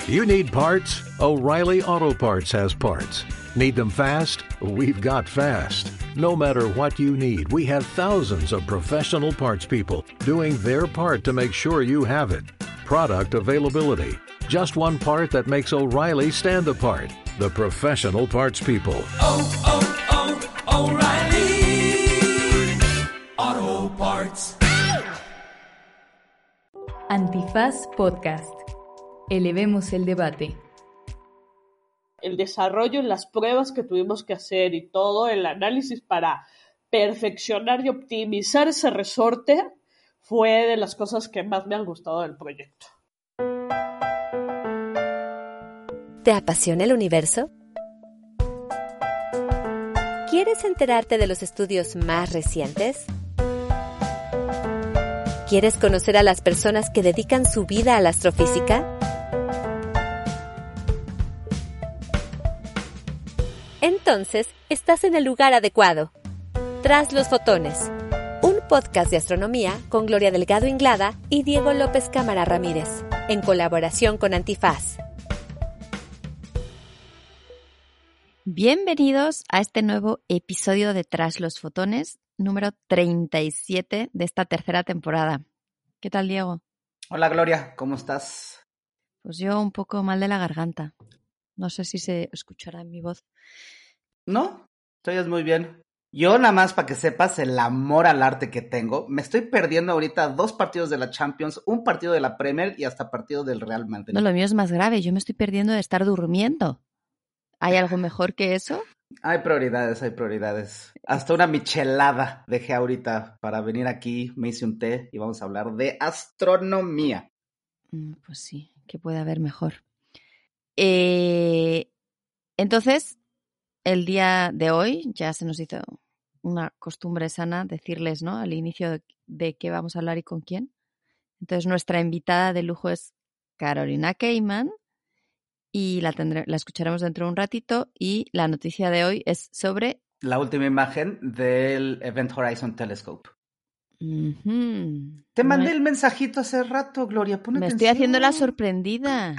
You need parts? O'Reilly Auto Parts has parts. Need them fast? We've got fast. No matter what you need, we have thousands of professional parts people doing their part to make sure you have it. Product availability. Just one part that makes O'Reilly stand apart. The professional parts people. O'Reilly Auto Parts. Antifaz Podcast. Elevemos el debate. El desarrollo, las pruebas que tuvimos que hacer y todo el análisis para perfeccionar y optimizar ese resorte fue de las cosas que más me han gustado del proyecto. ¿Te apasiona el universo? ¿Quieres enterarte de los estudios más recientes? ¿Quieres conocer a las personas que dedican su vida a la astrofísica? Entonces, estás en el lugar adecuado. Tras los fotones, un podcast de astronomía con Gloria Delgado Inglada y Diego López Cámara Ramírez, en colaboración con Antifaz. Bienvenidos a este nuevo episodio de Tras los fotones, número 37 de esta tercera temporada. ¿Qué tal, Diego? Hola, Gloria, ¿cómo estás? Pues yo un poco mal de la garganta. No sé si se escuchará en mi voz. No, te oyes muy bien. Yo nada más para que sepas el amor al arte que tengo, me estoy perdiendo ahorita 2 partidos de la Champions, un partido de la Premier y hasta partido del Real Madrid. No, lo mío es más grave. Yo me estoy perdiendo de estar durmiendo. ¿Hay algo mejor que eso? Hay prioridades, hay prioridades. Hasta una michelada dejé ahorita para venir aquí, me hice un té y vamos a hablar de astronomía. Pues sí, ¿qué puede haber mejor? Entonces, el día de hoy ya se nos hizo una costumbre sana decirles, ¿no?, al inicio de qué vamos a hablar y con quién. Entonces, nuestra invitada de lujo es Carolina Cayman y la escucharemos dentro de un ratito, y la noticia de hoy es sobre la última imagen del Event Horizon Telescope. Te mandé el mensajito hace rato, Gloria. Pon atención. Estoy haciendo la sorprendida.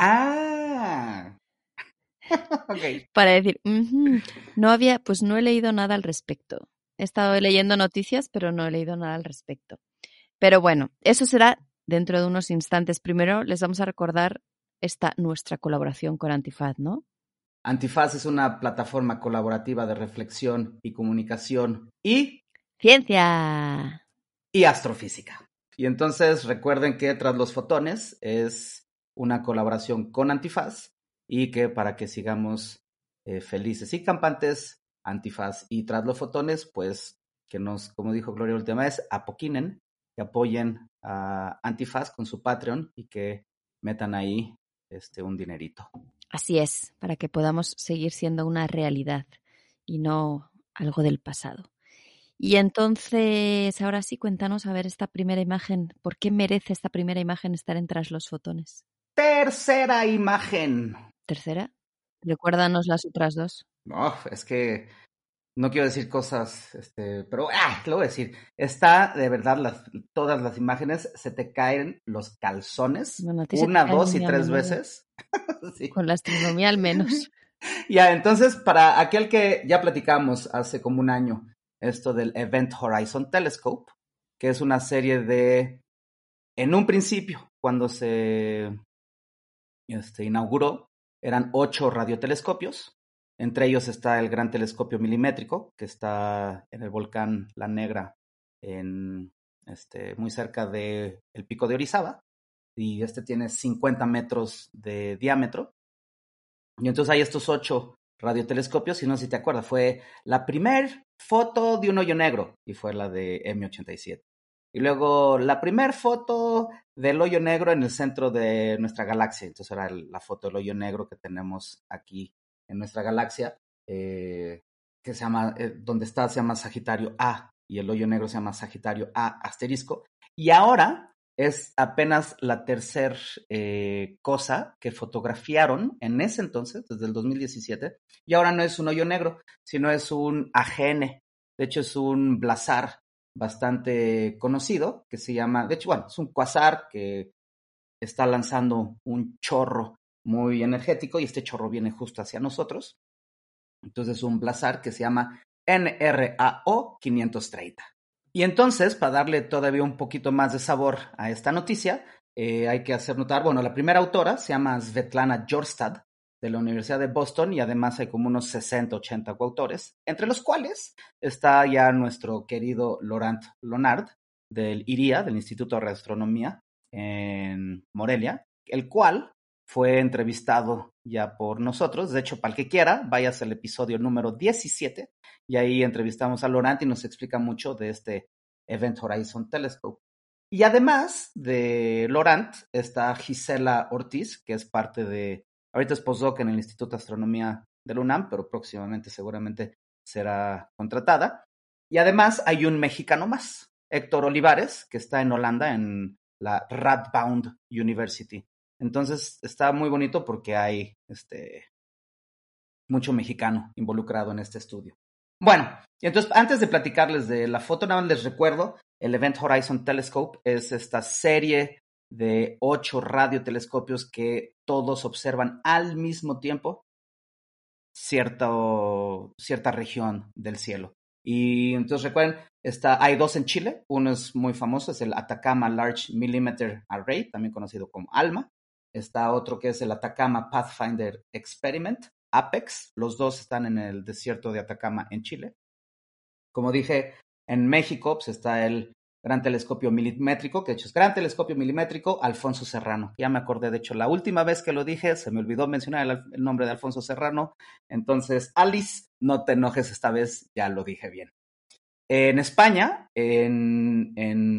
Okay. Para decir, no he leído nada al respecto. He estado leyendo noticias, pero no he leído nada al respecto. Pero bueno, eso será dentro de unos instantes. Primero les vamos a recordar nuestra colaboración con Antifaz, ¿no? Antifaz es una plataforma colaborativa de reflexión y comunicación y ciencia y astrofísica. Y entonces recuerden que Tras los fotones es una colaboración con Antifaz y que para que sigamos felices y campantes, Antifaz y Tras los fotones, pues que nos, como dijo Gloria la última vez, apoquinen, que apoyen a Antifaz con su Patreon y que metan ahí un dinerito. Así es, para que podamos seguir siendo una realidad y no algo del pasado. Y entonces, ahora sí, cuéntanos a ver esta primera imagen. ¿Por qué merece esta primera imagen estar en Tras los fotones? Tercera imagen. ¿Tercera? Recuérdanos las otras dos. No, es que no quiero decir cosas, pero lo voy a decir. Está, de verdad, todas las imágenes, se te caen los calzones. Bueno, 1, 2 y 3 veces. Sí. Con la astronomía al menos. Ya, entonces, para aquel que ya platicamos hace como un año, esto del Event Horizon Telescope, que es una serie en un principio, cuando se inauguró, eran 8 radiotelescopios. Entre ellos está el Gran Telescopio Milimétrico, que está en el volcán La Negra, muy cerca del Pico de Orizaba, y tiene 50 metros de diámetro. Y entonces hay estos 8 radiotelescopios, y no sé si te acuerdas, fue la primer foto de un hoyo negro, y fue la de M87. Y luego la primer foto del hoyo negro en el centro de nuestra galaxia. Entonces era la foto del hoyo negro que tenemos aquí en nuestra galaxia, que se llama, donde está se llama Sagitario A, y el hoyo negro se llama Sagitario A asterisco. Y ahora es apenas la tercera cosa que fotografiaron en ese entonces, desde el 2017, y ahora no es un hoyo negro, sino es un AGN. De hecho, es un blazar bastante conocido, que se llama, de hecho, bueno, es un cuasar que está lanzando un chorro muy energético y este chorro viene justo hacia nosotros. Entonces es un blazar que se llama NRAO 530. Y entonces, para darle todavía un poquito más de sabor a esta noticia, hay que hacer notar, bueno, la primera autora se llama Svetlana Jorstad, de la Universidad de Boston, y además hay como unos 60, 80 coautores, entre los cuales está ya nuestro querido Laurent Leonard, del IRIA, del Instituto de Radioastronomía en Morelia, el cual fue entrevistado ya por nosotros. De hecho, para el que quiera, vayas al episodio número 17, y ahí entrevistamos a Laurent y nos explica mucho de este Event Horizon Telescope. Y además de Laurent está Gisela Ortiz, que es parte de, ahorita es postdoc en el Instituto de Astronomía de la UNAM, pero próximamente seguramente será contratada. Y además hay un mexicano más, Héctor Olivares, que está en Holanda, en la Radboud University. Entonces está muy bonito porque hay mucho mexicano involucrado en este estudio. Bueno, y entonces antes de platicarles de la foto, nada más les recuerdo, el Event Horizon Telescope es esta serie de 8 radiotelescopios que todos observan al mismo tiempo cierta región del cielo. Y entonces recuerden, hay 2 en Chile, uno es muy famoso, es el Atacama Large Millimeter Array, también conocido como ALMA. Está otro que es el Atacama Pathfinder Experiment, APEX. Los dos están en el desierto de Atacama, en Chile. Como dije, en México pues está el Gran Telescopio Milimétrico, que de hecho es Gran Telescopio Milimétrico Alfonso Serrano. Ya me acordé, de hecho, la última vez que lo dije, se me olvidó mencionar el nombre de Alfonso Serrano. Entonces, Alice, no te enojes esta vez, ya lo dije bien. En España, en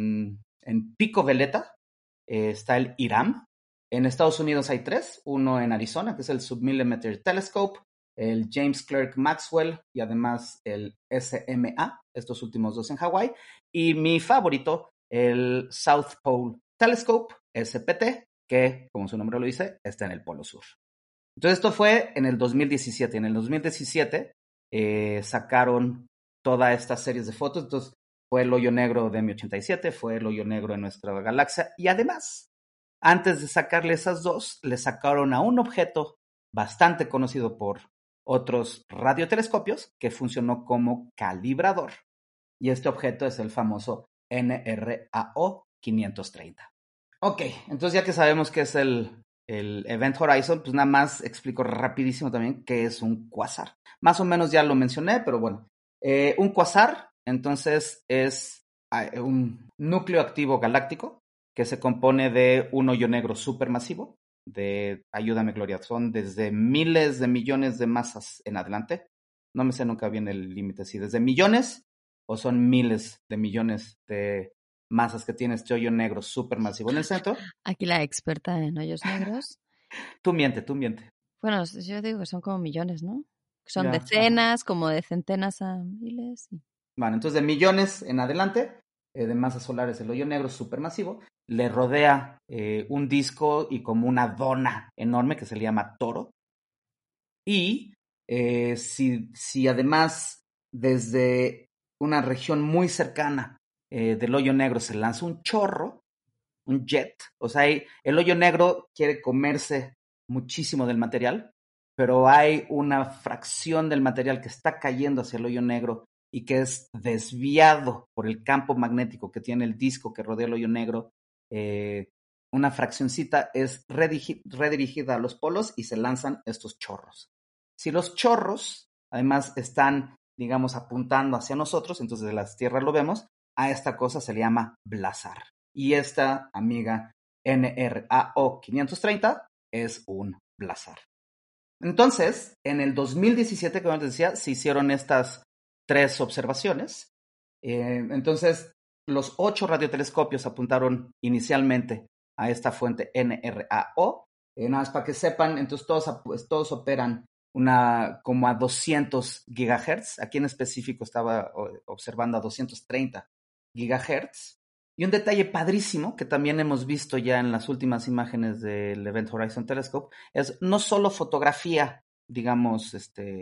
Pico Veleta, está el IRAM. En Estados Unidos hay 3, uno en Arizona, que es el Submillimeter Telescope, el James Clerk Maxwell y además el SMA, estos últimos 2 en Hawái, y mi favorito, el South Pole Telescope, SPT, que, como su nombre lo dice, está en el Polo Sur. Entonces esto fue en el 2017. En el 2017 sacaron toda esta serie de fotos. Entonces fue el hoyo negro de M87, fue el hoyo negro de nuestra galaxia, y además, antes de sacarle esas 2, le sacaron a un objeto bastante conocido por otros radiotelescopios que funcionó como calibrador. Y este objeto es el famoso NRAO 530. Ok, entonces ya que sabemos qué es el Event Horizon, pues nada más explico rapidísimo también qué es un quasar. Más o menos ya lo mencioné, pero bueno. Un quasar, entonces, es un núcleo activo galáctico que se compone de un hoyo negro supermasivo, ayúdame Gloria, son desde miles de millones de masas en adelante. No me sé nunca bien el límite, si desde millones o son miles de millones de masas que tiene este hoyo negro supermasivo en el centro. Aquí la experta en hoyos negros. Tú miente. Bueno, yo digo que son como millones, ¿no? Son Ya, decenas, como de centenas a miles. Bueno, entonces de millones en adelante, de masas solares, el hoyo negro supermasivo, le rodea un disco y como una dona enorme que se le llama toro. Y si además desde una región muy cercana del hoyo negro se lanza un chorro, un jet, o sea, el hoyo negro quiere comerse muchísimo del material, pero hay una fracción del material que está cayendo hacia el hoyo negro y que es desviado por el campo magnético que tiene el disco que rodea el hoyo negro. Una fraccioncita es redirigida a los polos y se lanzan estos chorros. Si los chorros, además, están, digamos, apuntando hacia nosotros, entonces de las tierras lo vemos, a esta cosa se le llama blazar. Y esta amiga NRAO 530 es un blazar. Entonces, en el 2017, como les decía, se hicieron estas 3 observaciones. Entonces, los 8 radiotelescopios apuntaron inicialmente a esta fuente NRAO. Nada más para que sepan, entonces todos operan como a 200 gigahertz. Aquí en específico estaba observando a 230 gigahertz. Y un detalle padrísimo que también hemos visto ya en las últimas imágenes del Event Horizon Telescope es no solo fotografía, digamos,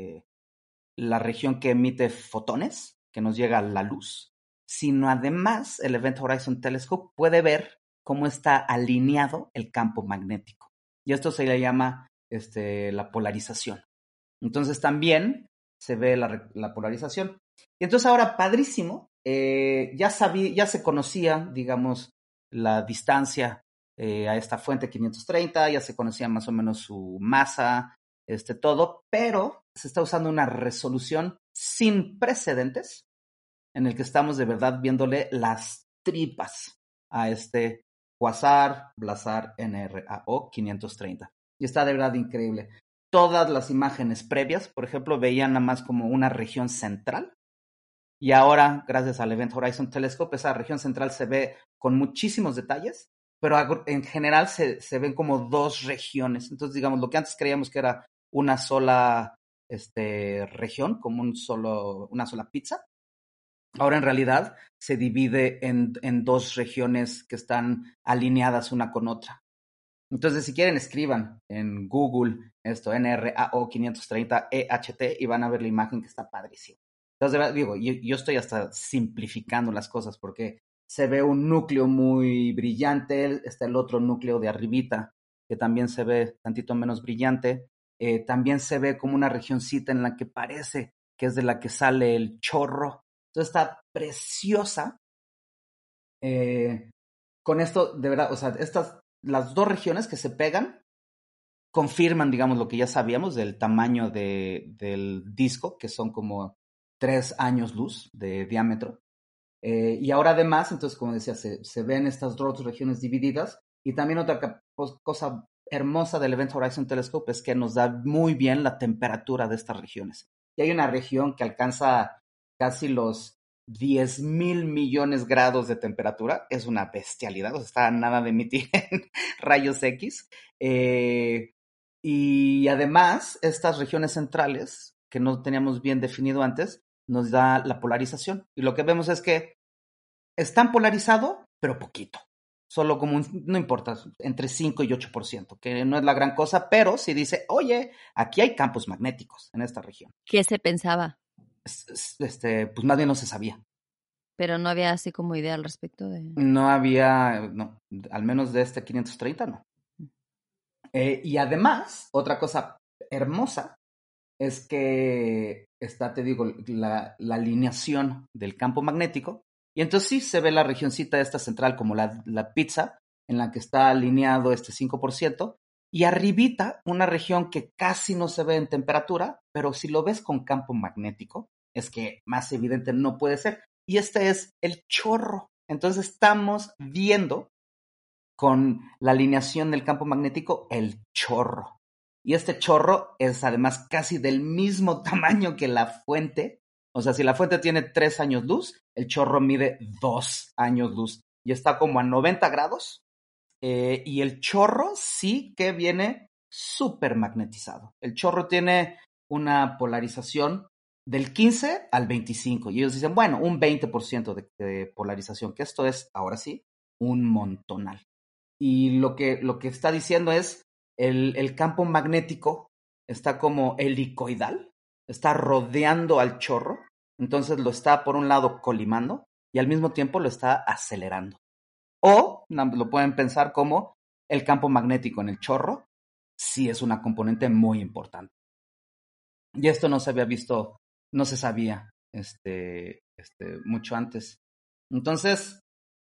la región que emite fotones, que nos llega la luz, sino además el Event Horizon Telescope puede ver cómo está alineado el campo magnético. Y esto se le llama la polarización. Entonces también se ve la polarización. Y entonces ahora, padrísimo, ya se conocía, digamos, la distancia a esta fuente 530, ya se conocía más o menos su masa, todo, pero se está usando una resolución sin precedentes en el que estamos de verdad viéndole las tripas a este Quasar Blazar NRAO 530. Y está de verdad increíble. Todas las imágenes previas, por ejemplo, veían nada más como una región central. Y ahora, gracias al Event Horizon Telescope, esa región central se ve con muchísimos detalles, pero en general se ven como dos regiones. Entonces, digamos, lo que antes creíamos que era una sola región, como una sola pizza, ahora en realidad se divide en dos regiones que están alineadas una con otra. Entonces, si quieren, escriban en Google esto, NRAO 530 EHT, y van a ver la imagen que está padrísima. Entonces, digo, yo estoy hasta simplificando las cosas porque se ve un núcleo muy brillante, está el otro núcleo de arribita, que también se ve tantito menos brillante. También se ve como una regioncita en la que parece que es de la que sale el chorro. Entonces está preciosa. Con esto, de verdad, o sea, las dos regiones que se pegan confirman, digamos, lo que ya sabíamos del tamaño del disco, que son como 3 años luz de diámetro. Y ahora además, entonces, como decía, se ven estas dos regiones divididas. Y también otra cosa hermosa del Event Horizon Telescope es que nos da muy bien la temperatura de estas regiones. Y hay una región que alcanza casi los 10,000 millones grados de temperatura. Es una bestialidad, o sea, está nada de emitir en rayos X. Y además, estas regiones centrales, que no teníamos bien definido antes, nos da la polarización. Y lo que vemos es que están polarizados, pero poquito. Solo como no importa, entre 5 y 8%, que no es la gran cosa, pero sí dice, oye, aquí hay campos magnéticos en esta región. ¿Qué se pensaba? Pues más bien no se sabía. Pero no había así como idea al respecto de... No había, no, al menos de 530 no. Y además, otra cosa hermosa es que está, te digo, la alineación del campo magnético. Y entonces sí se ve la regioncita esta central como la pizza, en la que está alineado 5%, y arribita una región que casi no se ve en temperatura, pero si lo ves con campo magnético, es que más evidente no puede ser. Y este es el chorro. Entonces estamos viendo con la alineación del campo magnético el chorro. Y este chorro es además casi del mismo tamaño que la fuente. O sea, si la fuente tiene 3 años luz, el chorro mide 2 años luz. Y está como a 90 grados. Y el chorro sí que viene súper magnetizado. El chorro tiene una polarización del 15 al 25. Y ellos dicen, bueno, un 20% de polarización, que esto es, ahora sí, un montonal. Y lo que está diciendo es, el campo magnético está como helicoidal, está rodeando al chorro, entonces lo está por un lado colimando y al mismo tiempo lo está acelerando. O lo pueden pensar como el campo magnético en el chorro sí es una componente muy importante. Y esto no se había visto, no se sabía mucho antes. Entonces,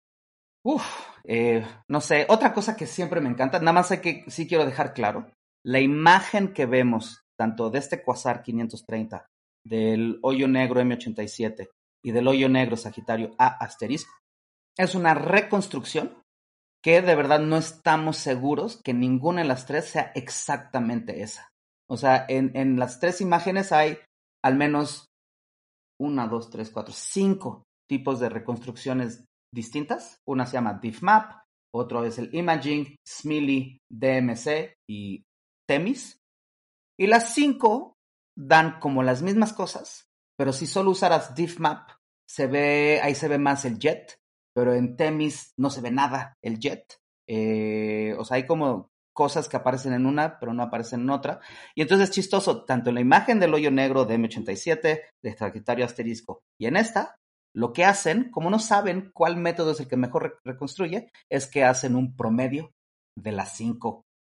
no sé, otra cosa que siempre me encanta, nada más sí quiero dejar claro, la imagen que vemos, tanto de este Quasar 530, del hoyo negro M87 y del hoyo negro Sagitario A asterisco, es una reconstrucción que de verdad no estamos seguros que ninguna de las tres sea exactamente esa. O sea, en las tres imágenes hay al menos 1, 2, 3, 4, 5 tipos de reconstrucciones distintas. Una se llama DiffMap, otro es el Imaging, SMILI, DMC y TEMIS. Y las 5 dan como las mismas cosas, pero si solo usaras DiffMap, ahí se ve más el jet, pero en TEMIS no se ve nada el jet. O sea, hay como cosas que aparecen en una, pero no aparecen en otra. Y entonces es chistoso, tanto en la imagen del hoyo negro de M87, de Sagitario asterisco, y en esta, lo que hacen, como no saben cuál método es el que mejor reconstruye, es que hacen un promedio de las 5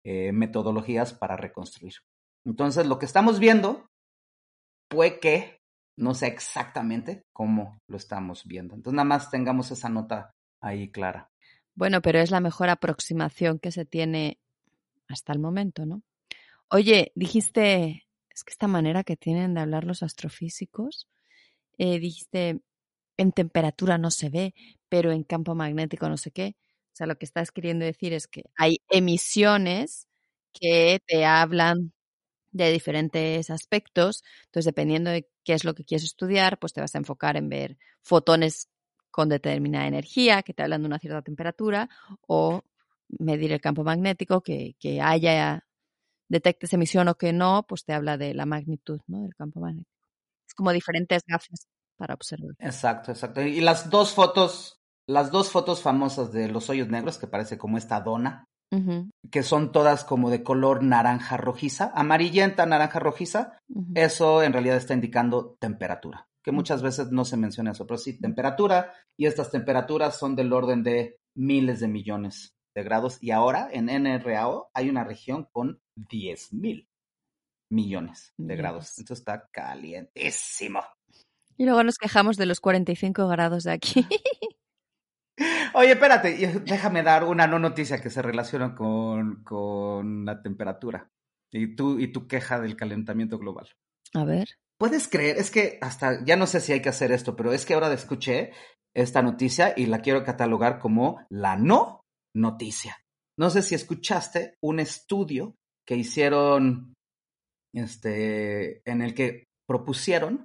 metodologías para reconstruir. Entonces, lo que estamos viendo puede que no sé exactamente cómo lo estamos viendo. Entonces, nada más tengamos esa nota ahí clara. Bueno, pero es la mejor aproximación que se tiene hasta el momento, ¿no? Oye, dijiste, es que esta manera que tienen de hablar los astrofísicos, dijiste, en temperatura no se ve, pero en campo magnético no sé qué. O sea, lo que estás queriendo decir es que hay emisiones que te hablan de diferentes aspectos. Entonces, dependiendo de qué es lo que quieres estudiar, pues te vas a enfocar en ver fotones con determinada energía, que te hablan de una cierta temperatura, o medir el campo magnético, que detectes emisión o que no, pues te habla de la magnitud, ¿no?, del campo magnético. Es como diferentes gafas para observar. Exacto, exacto. Y las dos fotos famosas de los hoyos negros, que parece como esta dona, Uh-huh. que son todas como de color naranja rojiza, amarillenta, naranja rojiza, Uh-huh. eso en realidad está indicando temperatura, que muchas veces no se menciona eso, pero sí, temperatura, y estas temperaturas son del orden de miles de millones de grados, y ahora en NRAO hay una región con 10,000 millones de grados, entonces está calientísimo. Y luego nos quejamos de los 45 grados de aquí. Oye, espérate, déjame dar una no noticia que se relaciona con la temperatura y tu queja del calentamiento global. A ver. ¿Puedes creer? Es que hasta, ya no sé si hay que hacer esto, pero es que ahora escuché esta noticia y la quiero catalogar como la no noticia. No sé si escuchaste un estudio que hicieron, en el que propusieron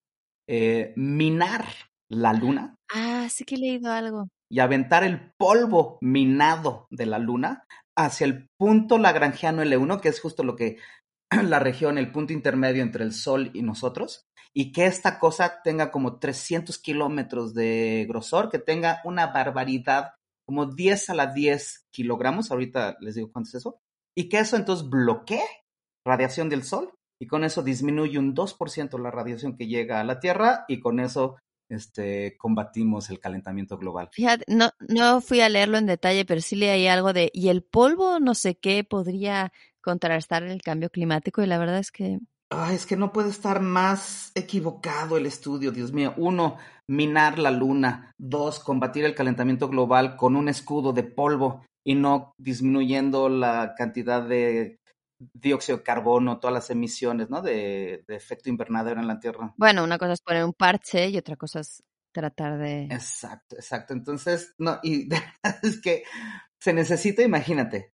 minar la luna. Ah, sí que he leído algo. Y aventar el polvo minado de la luna hacia el punto lagrangiano L1, que es justo lo que la región, el punto intermedio entre el Sol y nosotros, y que esta cosa tenga como 300 kilómetros de grosor, que tenga una barbaridad, como 10 a la 10 kilogramos, ahorita les digo cuánto es eso, y que eso entonces bloquee radiación del Sol, y con eso disminuye un 2% la radiación que llega a la Tierra, y con eso combatimos el calentamiento global. Fíjate, no fui a leerlo en detalle, pero sí leí algo de, y el polvo no sé qué podría contrarrestar el cambio climático, y la verdad es que... Ay, es que no puede estar más equivocado el estudio, Dios mío. 1, minar la luna. 2, combatir el calentamiento global con un escudo de polvo y no disminuyendo la cantidad de dióxido de carbono, todas las emisiones, ¿no?, de efecto invernadero en la Tierra. Bueno, una cosa es poner un parche y otra cosa es tratar de... Exacto, exacto. Entonces, no, y es que se necesita, imagínate,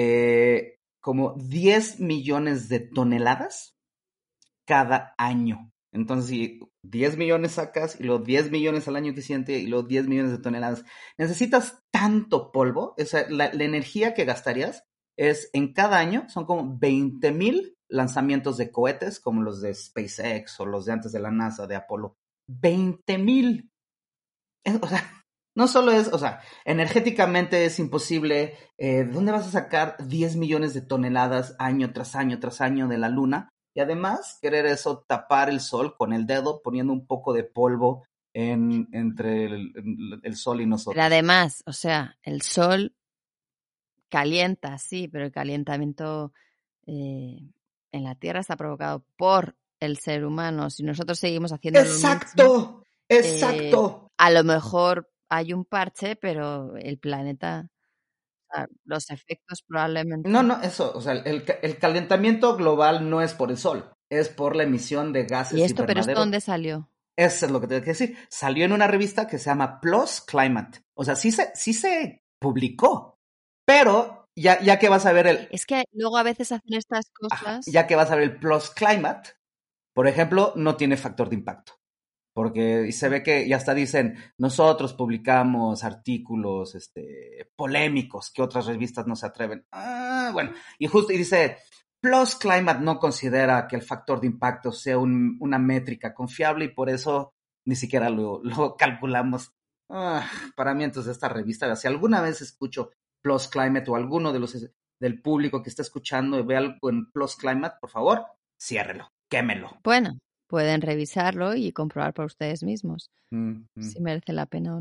como 10 millones de toneladas cada año. Entonces, si 10 millones sacas y luego 10 millones al año siguiente y luego 10 millones de toneladas, necesitas tanto polvo, o sea, la energía que gastarías es en cada año, son como 20,000 lanzamientos de cohetes, como los de SpaceX o los de antes de la NASA, de Apolo. 20,000. O sea, no solo es, o sea, energéticamente es imposible. ¿Dónde vas a sacar 10 millones de toneladas año tras año tras año de la luna? Y además, querer eso, tapar el sol con el dedo, poniendo un poco de polvo entre el sol y nosotros. Pero además, o sea, el sol calienta, sí, pero el calentamiento en la Tierra está provocado por el ser humano. Si nosotros seguimos haciendo lo mismo, ¡Exacto! ¡Exacto! a lo mejor hay un parche, pero el planeta, los efectos probablemente... No, eso, o sea, el calentamiento global no es por el sol, es por la emisión de gases ¿Y esto, pero esto invernadero. dónde salió? Eso es lo que tengo que decir. Salió en una revista que se llama PLOS Climate. O sea, sí se publicó, pero ya que vas a ver el... Es que luego a veces hacen estas cosas... ya que vas a ver el PLOS Climate, por ejemplo, no tiene factor de impacto. Porque se ve que ya hasta dicen, nosotros publicamos artículos polémicos que otras revistas no se atreven. Bueno, y dice, PLOS Climate no considera que el factor de impacto sea una métrica confiable y por eso ni siquiera lo calculamos. Para mí entonces esta revista, si alguna vez escucho PLOS Climate o alguno de los del público que está escuchando y ve algo en PLOS Climate, por favor, ciérrelo, quémelo. Bueno, pueden revisarlo y comprobar por ustedes mismos si merece la pena o no.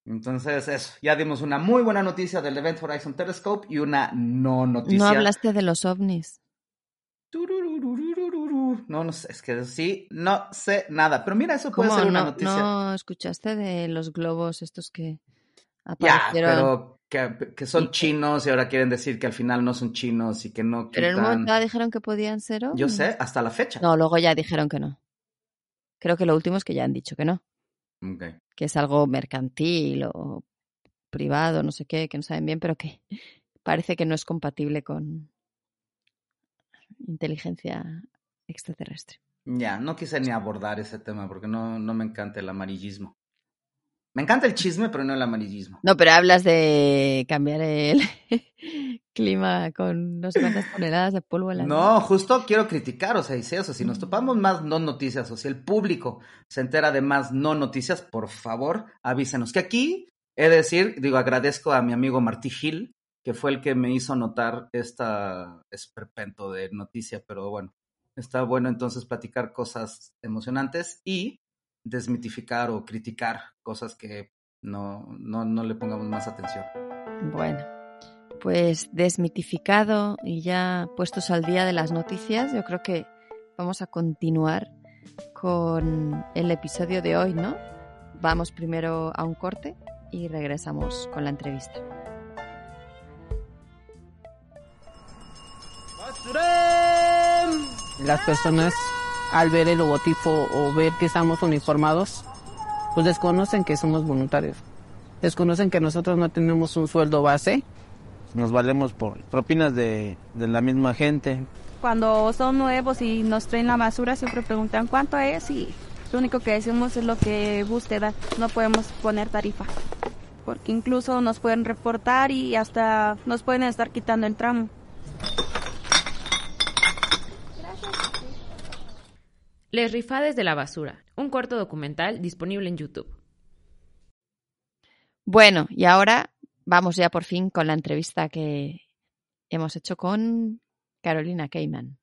Entonces, eso, ya dimos una muy buena noticia del Event Horizon Telescope y una no noticia. No hablaste de los ovnis. No sé, es que sí, no sé nada. Pero mira, eso puede ser una noticia. ¿No escuchaste de los globos estos que Ya, aparecieron? pero que son chinos y ahora quieren decir que al final no son chinos y que no quitan... Pero en un momento ya dijeron que podían ser ovnis. Yo sé, hasta la fecha. No, luego ya dijeron que no. Creo que lo último es que ya han dicho que no. Okay. Que es algo mercantil o privado, no sé qué, que no saben bien, pero que parece que no es compatible con inteligencia extraterrestre. Ya, no quise ni abordar ese tema porque no me encanta el amarillismo. Me encanta el chisme, pero no el amarillismo. No, pero hablas de cambiar el clima con no sé cuántas toneladas de polvo en la No, justo quiero criticar, o sea, dice eso, si nos topamos más no noticias o si el público se entera de más no noticias, por favor, avísenos. Que aquí, he de decir, agradezco a mi amigo Martí Gil, que fue el que me hizo notar esta esperpento de noticia, pero bueno, está bueno entonces platicar cosas emocionantes y desmitificar o criticar cosas que no le pongamos más atención. Bueno, pues desmitificado y ya puestos al día de las noticias, yo creo que vamos a continuar con el episodio de hoy, ¿no? Vamos primero a un corte y regresamos con la entrevista. Las personas, al ver el logotipo o ver que estamos uniformados, pues desconocen que somos voluntarios. Desconocen que nosotros no tenemos un sueldo base. Nos valemos por propinas de la misma gente. Cuando son nuevos y nos traen la basura, siempre preguntan cuánto es y lo único que decimos es lo que guste dar. No podemos poner tarifa, porque incluso nos pueden reportar y hasta nos pueden estar quitando el tramo. Les Rifades de la Basura, un corto documental disponible en YouTube. Bueno, y ahora vamos ya por fin con la entrevista que hemos hecho con Carolina Cayman.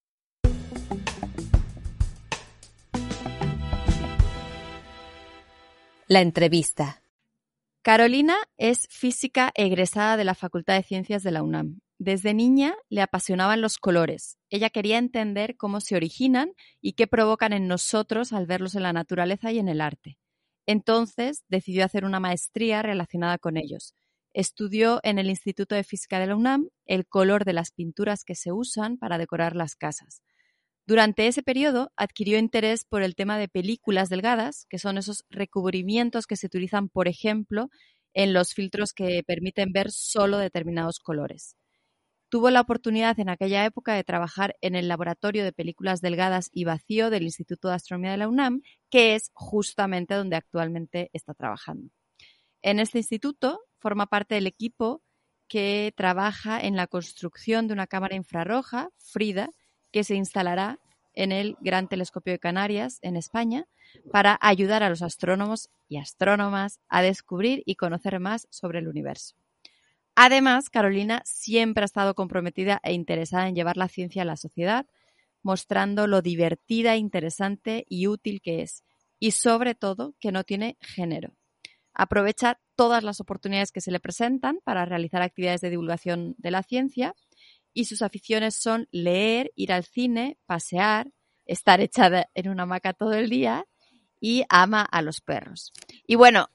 La entrevista. Carolina es física egresada de la Facultad de Ciencias de la UNAM. Desde niña le apasionaban los colores. Ella quería entender cómo se originan y qué provocan en nosotros al verlos en la naturaleza y en el arte. Entonces decidió hacer una maestría relacionada con ellos. Estudió en el Instituto de Física de la UNAM el color de las pinturas que se usan para decorar las casas. Durante ese periodo adquirió interés por el tema de películas delgadas, que son esos recubrimientos que se utilizan, por ejemplo, en los filtros que permiten ver solo determinados colores. Tuvo la oportunidad en aquella época de trabajar en el laboratorio de películas delgadas y vacío del Instituto de Astronomía de la UNAM, que es justamente donde actualmente está trabajando. En este instituto forma parte del equipo que trabaja en la construcción de una cámara infrarroja, FRIDA, que se instalará en el Gran Telescopio de Canarias, en España, para ayudar a los astrónomos y astrónomas a descubrir y conocer más sobre el universo. Además, Carolina siempre ha estado comprometida e interesada en llevar la ciencia a la sociedad, mostrando lo divertida, interesante y útil que es, y sobre todo que no tiene género. Aprovecha todas las oportunidades que se le presentan para realizar actividades de divulgación de la ciencia y sus aficiones son leer, ir al cine, pasear, estar echada en una hamaca todo el día y ama a los perros. Y bueno,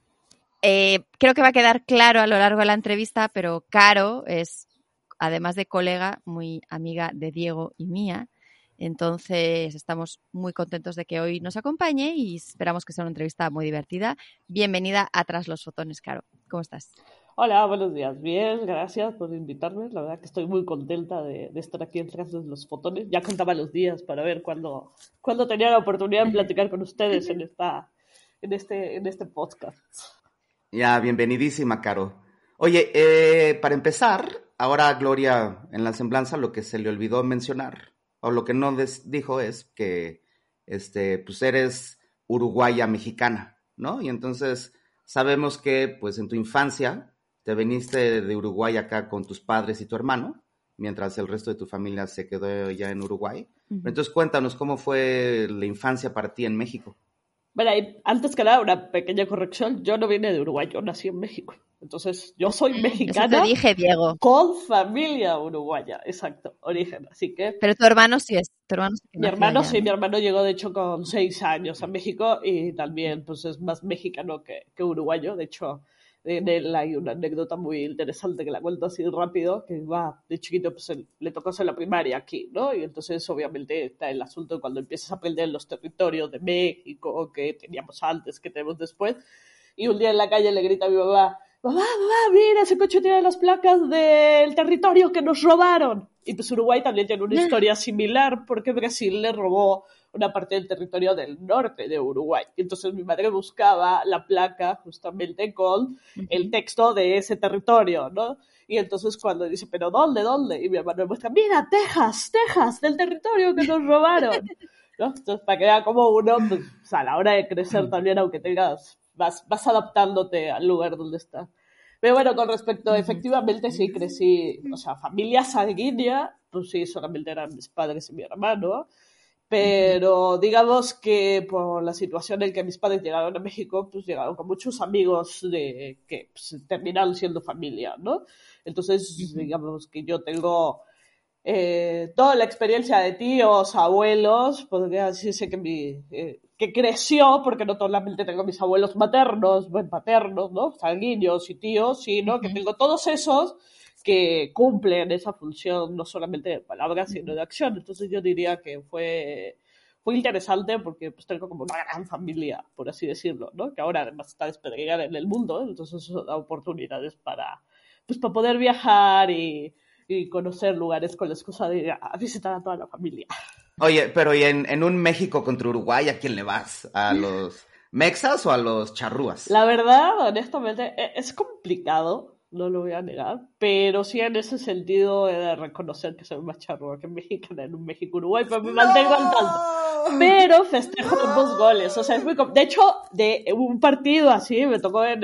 creo que va a quedar claro a lo largo de la entrevista, pero Caro es, además de colega, muy amiga de Diego y mía. Entonces estamos muy contentos de que hoy nos acompañe y esperamos que sea una entrevista muy divertida. Bienvenida a Tras los Fotones, Caro. ¿Cómo estás? Hola, buenos días. Bien, gracias por invitarme. La verdad que estoy muy contenta de estar aquí en Tras los Fotones. Ya contaba los días para ver cuándo tenía la oportunidad de platicar con ustedes en este podcast. Ya, bienvenidísima, Caro. Oye, para empezar, ahora Gloria, en la semblanza, lo que se le olvidó mencionar, o lo que no dijo es que pues eres uruguaya mexicana, ¿no? Y entonces sabemos que pues en tu infancia te viniste de Uruguay acá con tus padres y tu hermano, mientras el resto de tu familia se quedó ya en Uruguay. Uh-huh. Entonces cuéntanos cómo fue la infancia para ti en México. Bueno, y antes que nada, una pequeña corrección. Yo no vine de Uruguay, yo nací en México. Entonces, yo soy mexicana. Eso te dije, Diego. Con familia uruguaya, exacto, origen. Así que... Pero tu hermano sí es. Tu hermano sí que Mi nació hermano, allá, sí, ¿no? mi hermano llegó de hecho con 6 años a México y también pues es más mexicano que uruguayo. De hecho, en él hay una anécdota muy interesante que la cuento así rápido, que va de chiquito, pues le tocó hacer la primaria aquí, ¿no? Y entonces obviamente está el asunto de cuando empiezas a aprender los territorios de México, que teníamos antes, que tenemos después, y un día en la calle le grita a mi mamá: mamá, mira, ese coche tiene las placas del territorio que nos robaron. Y pues Uruguay también tiene una historia similar porque Brasil le robó una parte del territorio del norte de Uruguay. Y entonces mi madre buscaba la placa justamente con el texto de ese territorio, ¿no? Y entonces cuando dice, ¿pero dónde? Y mi mamá me muestra, mira, Texas, del territorio que nos robaron, ¿no? Entonces para que vea como uno, pues, a la hora de crecer también, aunque tengas, vas adaptándote al lugar donde estás. Pero bueno, con respecto, efectivamente sí crecí, o sea, familia sanguínea, pues sí, solamente eran mis padres y mi hermano, pero digamos que por la situación en que mis padres llegaron a México, pues llegaron con muchos amigos que pues, terminaron siendo familia, ¿no? Entonces, digamos que yo tengo toda la experiencia de tíos, abuelos, podría decirse que creció, porque no solamente tengo mis abuelos maternos, paternos, ¿no? Sanguíneos y tíos, sino que tengo todos esos que cumplen esa función no solamente de palabras, sino de acción. Entonces yo diría que fue interesante porque pues tengo como una gran familia, por así decirlo, ¿no? Que ahora además está desplegada en el mundo, entonces eso da oportunidades para poder viajar y conocer lugares con la excusa de ir a visitar a toda la familia. Oye, pero ¿y en un México contra Uruguay a quién le vas? ¿A los mexas o a los charrúas? La verdad, honestamente, es complicado, no lo voy a negar, pero sí en ese sentido he de reconocer que soy más charrúa que mexicana en un México-Uruguay, pero me mantengo al tanto. Pero festejo los 2 goles, o sea, es muy... De hecho, de un partido así, me tocó en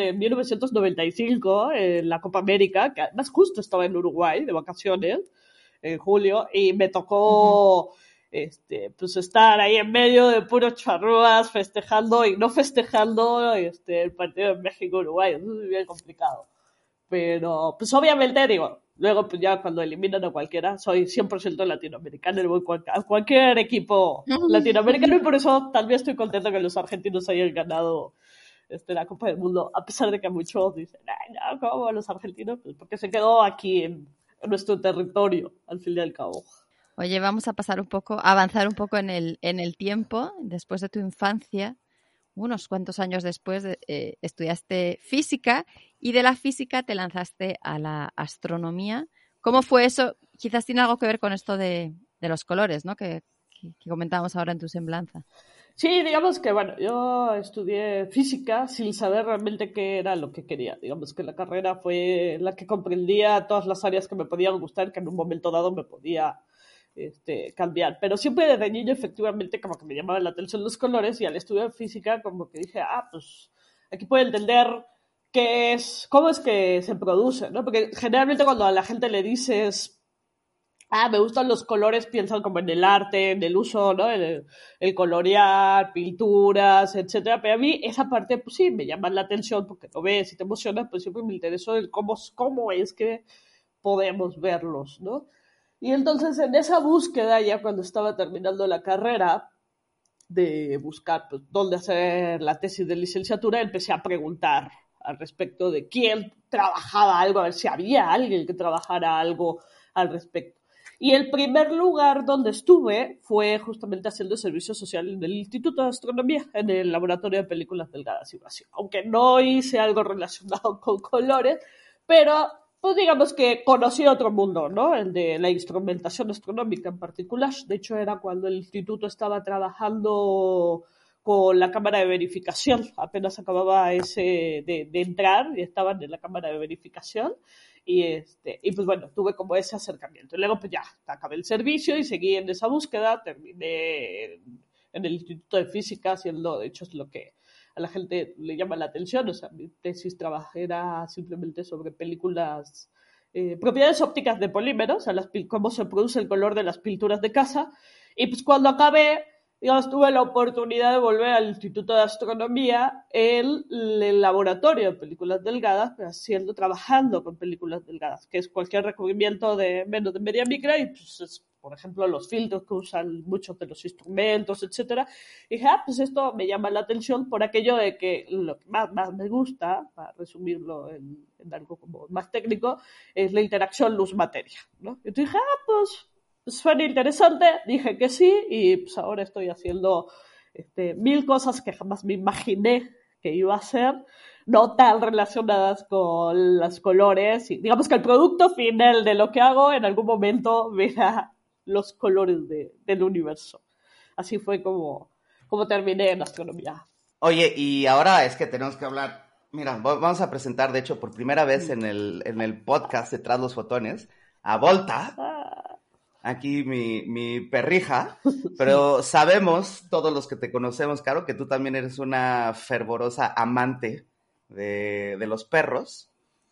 1995, en la Copa América, que además justo estaba en Uruguay, de vacaciones, en julio, y me tocó... pues estar ahí en medio de puros charrúas festejando y no festejando el partido de México-Uruguay. Eso es bien complicado. Pero, pues obviamente, digo, luego pues ya cuando eliminan a cualquiera, soy 100% latinoamericano y voy a cualquier equipo latinoamericano y por eso tal vez estoy contento que los argentinos hayan ganado la Copa del Mundo, a pesar de que muchos dicen, ay, no, ¿cómo los argentinos? Pues porque se quedó aquí en nuestro territorio, al fin y al cabo. Oye, vamos a avanzar un poco en el tiempo. Después de tu infancia, unos cuantos años después, estudiaste física y de la física te lanzaste a la astronomía. ¿Cómo fue eso? Quizás tiene algo que ver con esto de los colores, ¿no? Que comentábamos ahora en tu semblanza. Sí, digamos que, bueno, yo estudié física sin saber realmente qué era lo que quería. Digamos que la carrera fue la que comprendía todas las áreas que me podían gustar, que en un momento dado me podía cambiar, pero siempre desde niño efectivamente como que me llamaban la atención los colores y al estudiar física como que dije, pues aquí puedo entender cómo es que se produce, ¿no? Porque generalmente cuando a la gente le dices, me gustan los colores, piensan como en el arte, en el uso, ¿no? El colorear, pinturas, etcétera, pero a mí esa parte, pues sí, me llama la atención porque lo ves y te emociona, pues siempre me interesó el cómo es que podemos verlos, ¿no? Y entonces en esa búsqueda, ya cuando estaba terminando la carrera, de buscar pues, dónde hacer la tesis de licenciatura, empecé a preguntar al respecto de quién trabajaba algo, a ver si había alguien que trabajara algo al respecto. Y el primer lugar donde estuve fue justamente haciendo servicio social en el Instituto de Astronomía, en el Laboratorio de Películas Delgadas y Vacío. Aunque no hice algo relacionado con colores, pero... pues digamos que conocí otro mundo, ¿no? El de la instrumentación astronómica en particular. De hecho, era cuando el instituto estaba trabajando con la cámara de verificación. Apenas acababa de entrar y estaban en la cámara de verificación. Y pues bueno, tuve como ese acercamiento. Y luego pues ya, acabé el servicio y seguí en esa búsqueda. Terminé en el Instituto de Física haciendo, de hecho, es lo que a la gente le llama la atención, o sea, mi tesis era simplemente sobre películas, propiedades ópticas de polímeros, o sea, cómo se produce el color de las pinturas de casa, y pues cuando acabé, digamos, tuve la oportunidad de volver al Instituto de Astronomía en el laboratorio de películas delgadas, trabajando con películas delgadas, que es cualquier recubrimiento de menos de media micra y, pues, es, por ejemplo, los filtros que usan muchos de los instrumentos, etcétera. Y dije, pues esto me llama la atención por aquello de que lo que más me gusta, para resumirlo en algo como más técnico, es la interacción luz-materia, ¿no? Y dije, pues suena interesante, dije que sí, y pues ahora estoy haciendo 1000 cosas que jamás me imaginé que iba a hacer, no tan relacionadas con los colores, y digamos que el producto final de lo que hago en algún momento verá los colores del universo. Así fue como terminé en astronomía. Oye, y ahora es que tenemos que hablar, mira, vamos a presentar, de hecho, por primera vez en el podcast de Tras los Fotones, a Volta. Aquí mi perrija, pero sabemos, todos los que te conocemos, Caro, que tú también eres una fervorosa amante de los perros.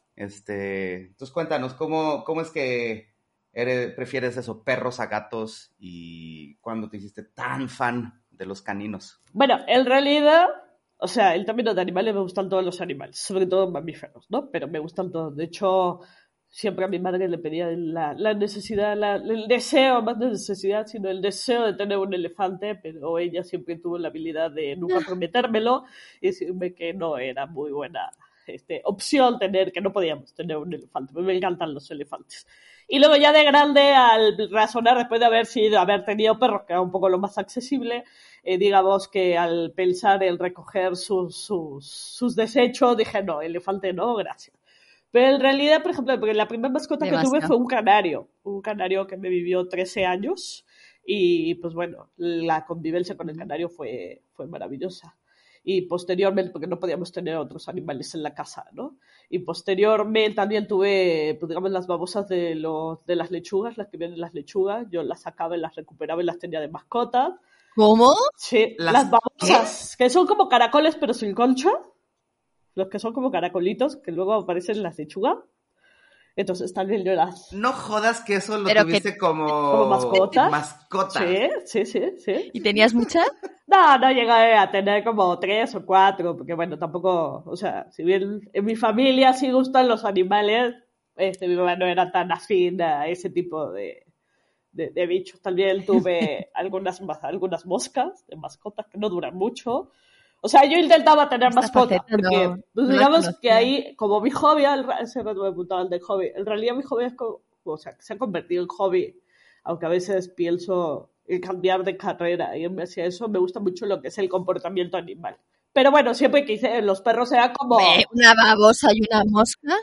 Entonces cuéntanos, ¿cómo es que prefieres eso, perros a gatos, y cuándo te hiciste tan fan de los caninos? Bueno, en realidad, o sea, el término de animales, me gustan todos los animales, sobre todo mamíferos, ¿no? Pero me gustan todos, de hecho... Siempre a mi madre le pedía la necesidad, el deseo, más de necesidad, sino el deseo de tener un elefante, pero ella siempre tuvo la habilidad de nunca prometérmelo y decirme que no era muy buena opción que no podíamos tener un elefante. Me encantan los elefantes. Y luego ya de grande, al razonar, después de haber tenido perros, que era un poco lo más accesible, digamos que al pensar en recoger sus desechos, dije, no, elefante no, gracias. Pero en realidad, por ejemplo, porque la primera mascota que tuve fue un canario que me vivió 13 años y pues bueno, la convivencia con el canario fue maravillosa. Y posteriormente, porque no podíamos tener otros animales en la casa, ¿no? Y posteriormente también tuve, pues digamos, las babosas de las lechugas, las que vienen las lechugas, yo las sacaba y las recuperaba y las tenía de mascotas. ¿Cómo? Sí, las babosas, que son como caracoles pero sin concha. Los que son como caracolitos, que luego aparecen en las lechugas. Entonces también yo las... No jodas que eso lo tuviste como mascota. Mascota. Sí. ¿Y tenías muchas? No llegué a tener como 3 o 4, porque bueno, tampoco... O sea, si bien en mi familia sí gustan los animales, mi mamá no era tan afín a ese tipo de bichos. También tuve algunas moscas de mascotas que no duran mucho. O sea, yo intentaba tener mascotas, porque digamos que ahí, como mi hobby, ese rato me apuntaba al del hobby, en realidad mi hobby es como, o sea, que se ha convertido en hobby, aunque a veces pienso en cambiar de carrera y irme hacia eso, me gusta mucho lo que es el comportamiento animal. Pero bueno, siempre quise, los perros eran como... ¿Una babosa y una mosca?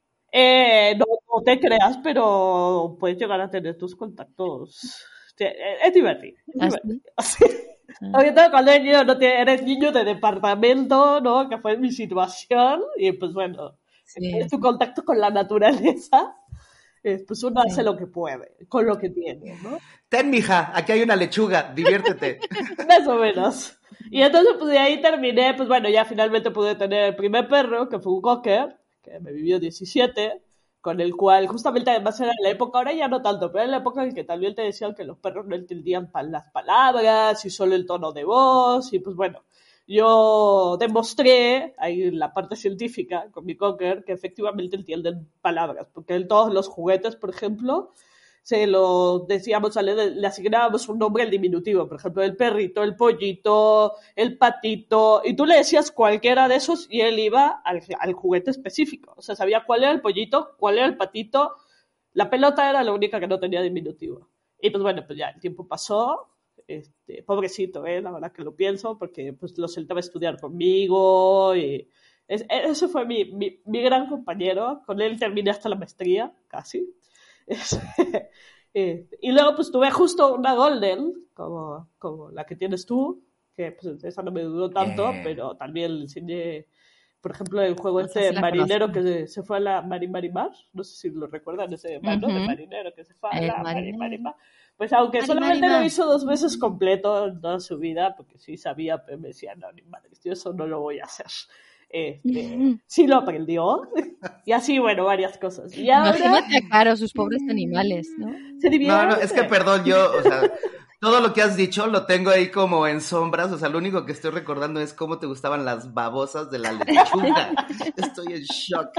No te creas, pero puedes llegar a tener tus contactos. Es divertido. ¿Sí? Sobre todo cuando eres niño de departamento, ¿no? Que fue mi situación, y pues bueno, es tu contacto con la naturaleza, pues uno hace lo que puede, con lo que tiene, ¿no? Ten, mija, aquí hay una lechuga, diviértete. Más o menos. Y entonces, pues de ahí terminé, pues bueno, ya finalmente pude tener el primer perro, que fue un cocker, que me vivió 17, con el cual, justamente además era en la época, ahora ya no tanto, pero en la época en que también te decían que los perros no entendían las palabras y solo el tono de voz, y pues bueno, yo demostré ahí en la parte científica con mi cocker que efectivamente entienden palabras, porque en todos los juguetes, por ejemplo, se lo decíamos, le asignábamos un nombre al diminutivo, por ejemplo, el perrito, el pollito, el patito, y tú le decías cualquiera de esos y él iba al juguete específico. O sea, sabía cuál era el pollito, cuál era el patito. La pelota era la única que no tenía diminutivo. Y pues bueno, pues ya el tiempo pasó. Pobrecito, la verdad que lo pienso, porque pues lo sentaba a estudiar conmigo y ese fue mi gran compañero. Con él terminé hasta la maestría, casi. Y luego pues tuve justo una golden como la que tienes tú, que pues esa no me duró tanto, pero también le enseñé, por ejemplo, el juego marinero que se fue a la Marimar, no sé si lo recuerdan, ese mano de marinero que se fue a la Marimar. Pues aunque solamente lo hizo 2 veces completo en toda su vida, porque sí sabía, pero me decía, no, ni madre, yo eso no lo voy a hacer. Sí lo aprendió y así, bueno, varias cosas. Y ahora... Imagínate a Caro, sus pobres animales, ¿no? Se divierten. No, es que perdón, yo, o sea, todo lo que has dicho lo tengo ahí como en sombras, o sea, lo único que estoy recordando es cómo te gustaban las babosas de la lechuga. Estoy en shock.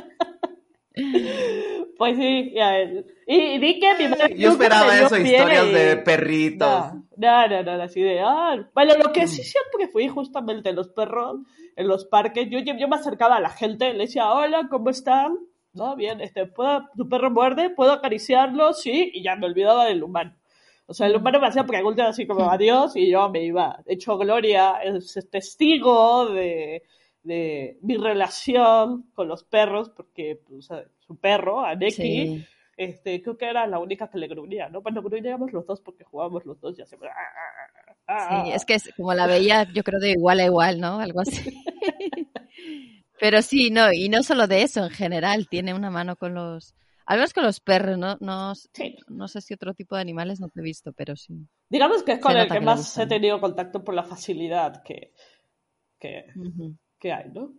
Pues sí, ya. Y di que mi madre yo nunca esperaba me dio eso, pie historias y- de perritos. No, así de, bueno, lo que sí siempre fui justamente los perros, en los parques, yo me acercaba a la gente, le decía, hola, ¿cómo están? ¿No? Bien, ¿tu perro muerde? ¿Puedo acariciarlo? Sí, y ya me olvidaba del humano. O sea, el humano me hacía preguntas así como adiós y yo me iba. De hecho, Gloria es testigo de mi relación con los perros, porque pues, su perro, Aneki, Sí. creo que era la única que le gruñía, ¿no? Bueno, gruñíamos los dos porque jugábamos los dos y hacíamos... Sí, es que es como la veía, yo creo de igual a igual, ¿no? Algo así. Pero sí, no, y no solo de eso, en general, tiene una mano con los... Al menos con los perros, ¿no? Sí. No sé si otro tipo de animales no te he visto, pero sí. Digamos que es con Se el nota que que le más gustan. he tenido contacto por la facilidad que Ujú. hay, ¿no?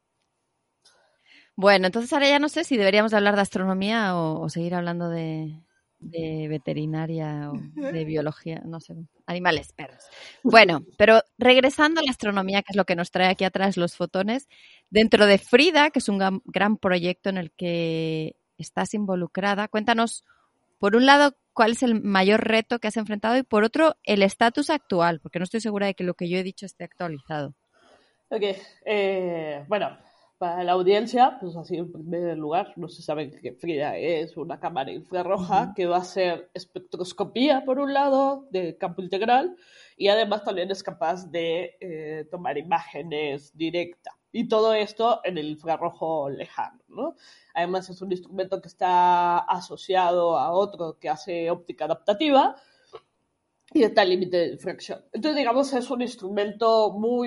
Bueno, entonces ahora ya no sé si deberíamos de hablar de astronomía o seguir hablando de veterinaria o de biología, no sé, animales, perros. Bueno, pero regresando a la astronomía, que es lo que nos trae aquí atrás los fotones, dentro de Frida, que es un gran proyecto en el que estás involucrada, cuéntanos, por un lado, cuál es el mayor reto que has enfrentado y por otro, el estatus actual, porque no estoy segura de que lo que yo he dicho esté actualizado. Ok, bueno, para la audiencia, pues así en primer lugar, no se sabe que Frida es una cámara infrarroja que va a hacer espectroscopía, por un lado, de campo integral, y además también es capaz de tomar imágenes directas. Y todo esto en el infrarrojo lejano, ¿no? Además es un instrumento que está asociado a otro que hace óptica adaptativa, y está el límite de difracción. Entonces, digamos, es un instrumento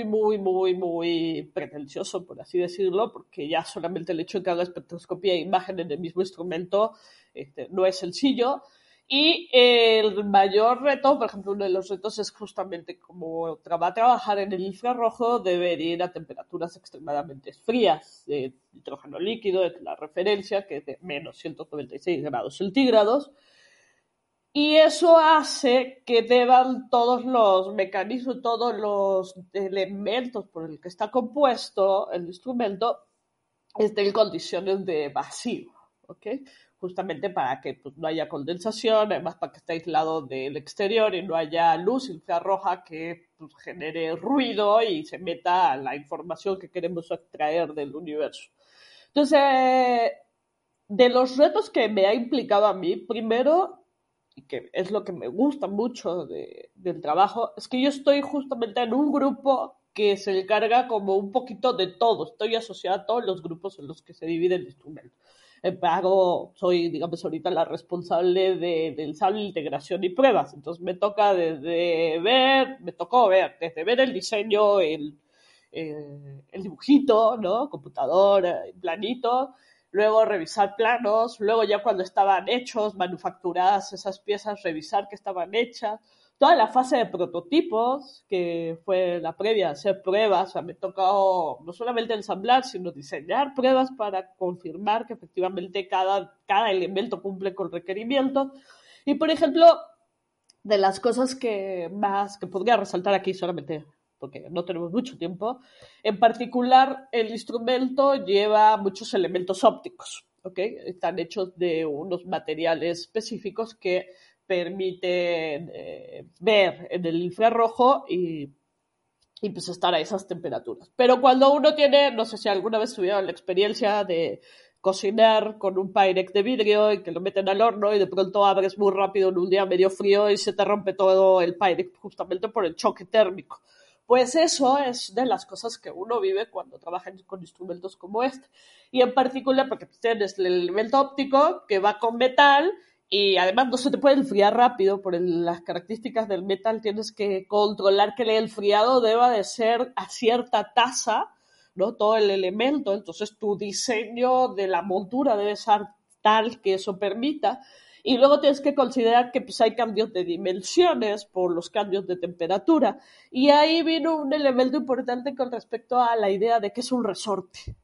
muy pretencioso, por así decirlo, porque ya solamente el hecho de que haga espectroscopía e imagen en el mismo instrumento no es sencillo. Y el mayor reto, por ejemplo, uno de los retos es justamente como va a trabajar en el infrarrojo, debe ir a temperaturas extremadamente frías, de nitrógeno líquido, de la referencia, que es de menos 196 grados centígrados. Y eso hace que deban todos los mecanismos, todos los elementos por el que está compuesto el instrumento estén en condiciones de vacío, ¿ok? Justamente para que pues, no haya condensación, además para que esté aislado del exterior y no haya luz infrarroja que pues, genere ruido y se meta a la información que queremos extraer del universo. Entonces, de los retos que me ha implicado a mí, primero, y que es lo que me gusta mucho del trabajo, es que yo estoy justamente en un grupo que se encarga como un poquito de todo. Estoy asociada a todos los grupos en los que se divide el instrumento. Soy, digamos, ahorita la responsable del sable, integración y pruebas. Entonces me tocó ver desde ver el diseño, el dibujito, ¿no? Computadora, planito, luego revisar planos, luego ya cuando estaban hechos, manufacturadas esas piezas, revisar que estaban hechas, toda la fase de prototipos, que fue la previa, hacer pruebas, o sea, me tocó no solamente ensamblar, sino diseñar pruebas para confirmar que efectivamente cada elemento cumple con requerimientos. Y, por ejemplo, de las cosas que podría resaltar aquí solamente porque no tenemos mucho tiempo, en particular el instrumento lleva muchos elementos ópticos, ¿ok? Están hechos de unos materiales específicos que permiten ver en el infrarrojo y pues estar a esas temperaturas. Pero cuando uno tiene, no sé si alguna vez tuvieron la experiencia de cocinar con un Pyrex de vidrio y que lo meten al horno y de pronto abres muy rápido en un día medio frío y se te rompe todo el Pyrex justamente por el choque térmico. Pues eso es de las cosas que uno vive cuando trabaja con instrumentos como este. Y en particular porque tienes el elemento óptico que va con metal y además no se te puede enfriar rápido por las características del metal. Tienes que controlar que el enfriado deba de ser a cierta tasa, ¿no? Todo el elemento. Entonces tu diseño de la montura debe ser tal que eso permita. Y luego tienes que considerar que pues, hay cambios de dimensiones por los cambios de temperatura. Y ahí vino un elemento importante con respecto a la idea de que es un resorte.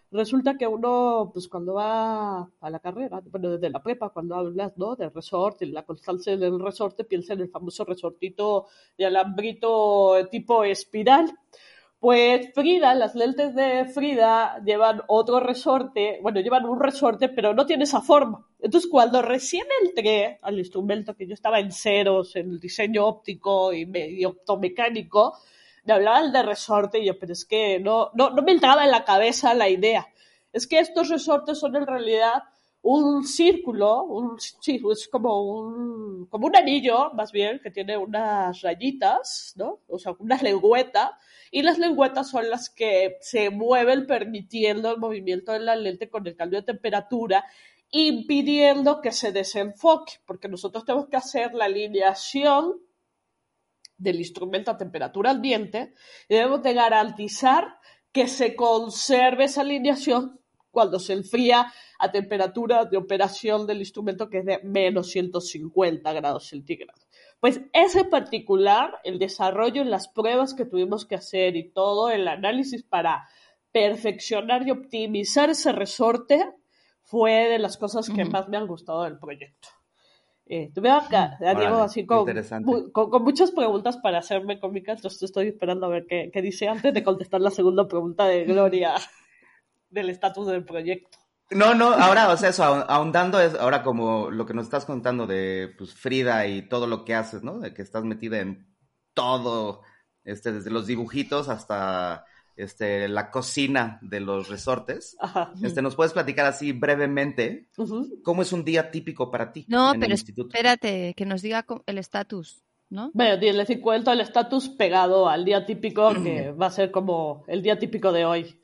Resulta que uno, pues cuando va a la carrera, bueno, desde la prepa, cuando hablas, ¿no?, del resorte, la constancia del resorte, piensa en el famoso resortito de alambrito tipo espiral. Pues Frida, las lentes de Frida llevan otro resorte, bueno, llevan un resorte, pero no tiene esa forma. Entonces, cuando recién entré al instrumento, que yo estaba en ceros, en el diseño óptico y optomecánico, me hablaban de resorte y yo, pero es que no me entraba en la cabeza la idea. Es que estos resortes son en realidad un círculo, sí, es como un anillo, más bien, que tiene unas rayitas, ¿no? O sea, unas lengüetas, y las lengüetas son las que se mueven permitiendo el movimiento de la lente con el cambio de temperatura, impidiendo que se desenfoque, porque nosotros tenemos que hacer la alineación del instrumento a temperatura ambiente y debemos de garantizar que se conserve esa alineación cuando se enfría a temperatura de operación del instrumento, que es de menos 150 grados centígrados. Pues ese particular, el desarrollo, las pruebas que tuvimos que hacer y todo el análisis para perfeccionar y optimizar ese resorte fue de las cosas que más me han gustado del proyecto. Tuve acá, Diego, así con muchas preguntas para hacerme cómicas, entonces estoy esperando a ver qué dice antes de contestar la segunda pregunta de Gloria del estatus del proyecto. No, ahora, o sea, eso, ahondando es ahora como lo que nos estás contando de pues, Frida y todo lo que haces, ¿no? De que estás metida en todo, desde los dibujitos hasta la cocina de los resortes. Ajá. ¿Nos puedes platicar así brevemente cómo es un día típico para ti? No, en pero el instituto? Espérate, que nos diga el estatus, ¿no? Bueno, les cuento el estatus pegado al día típico, que va a ser como el día típico de hoy.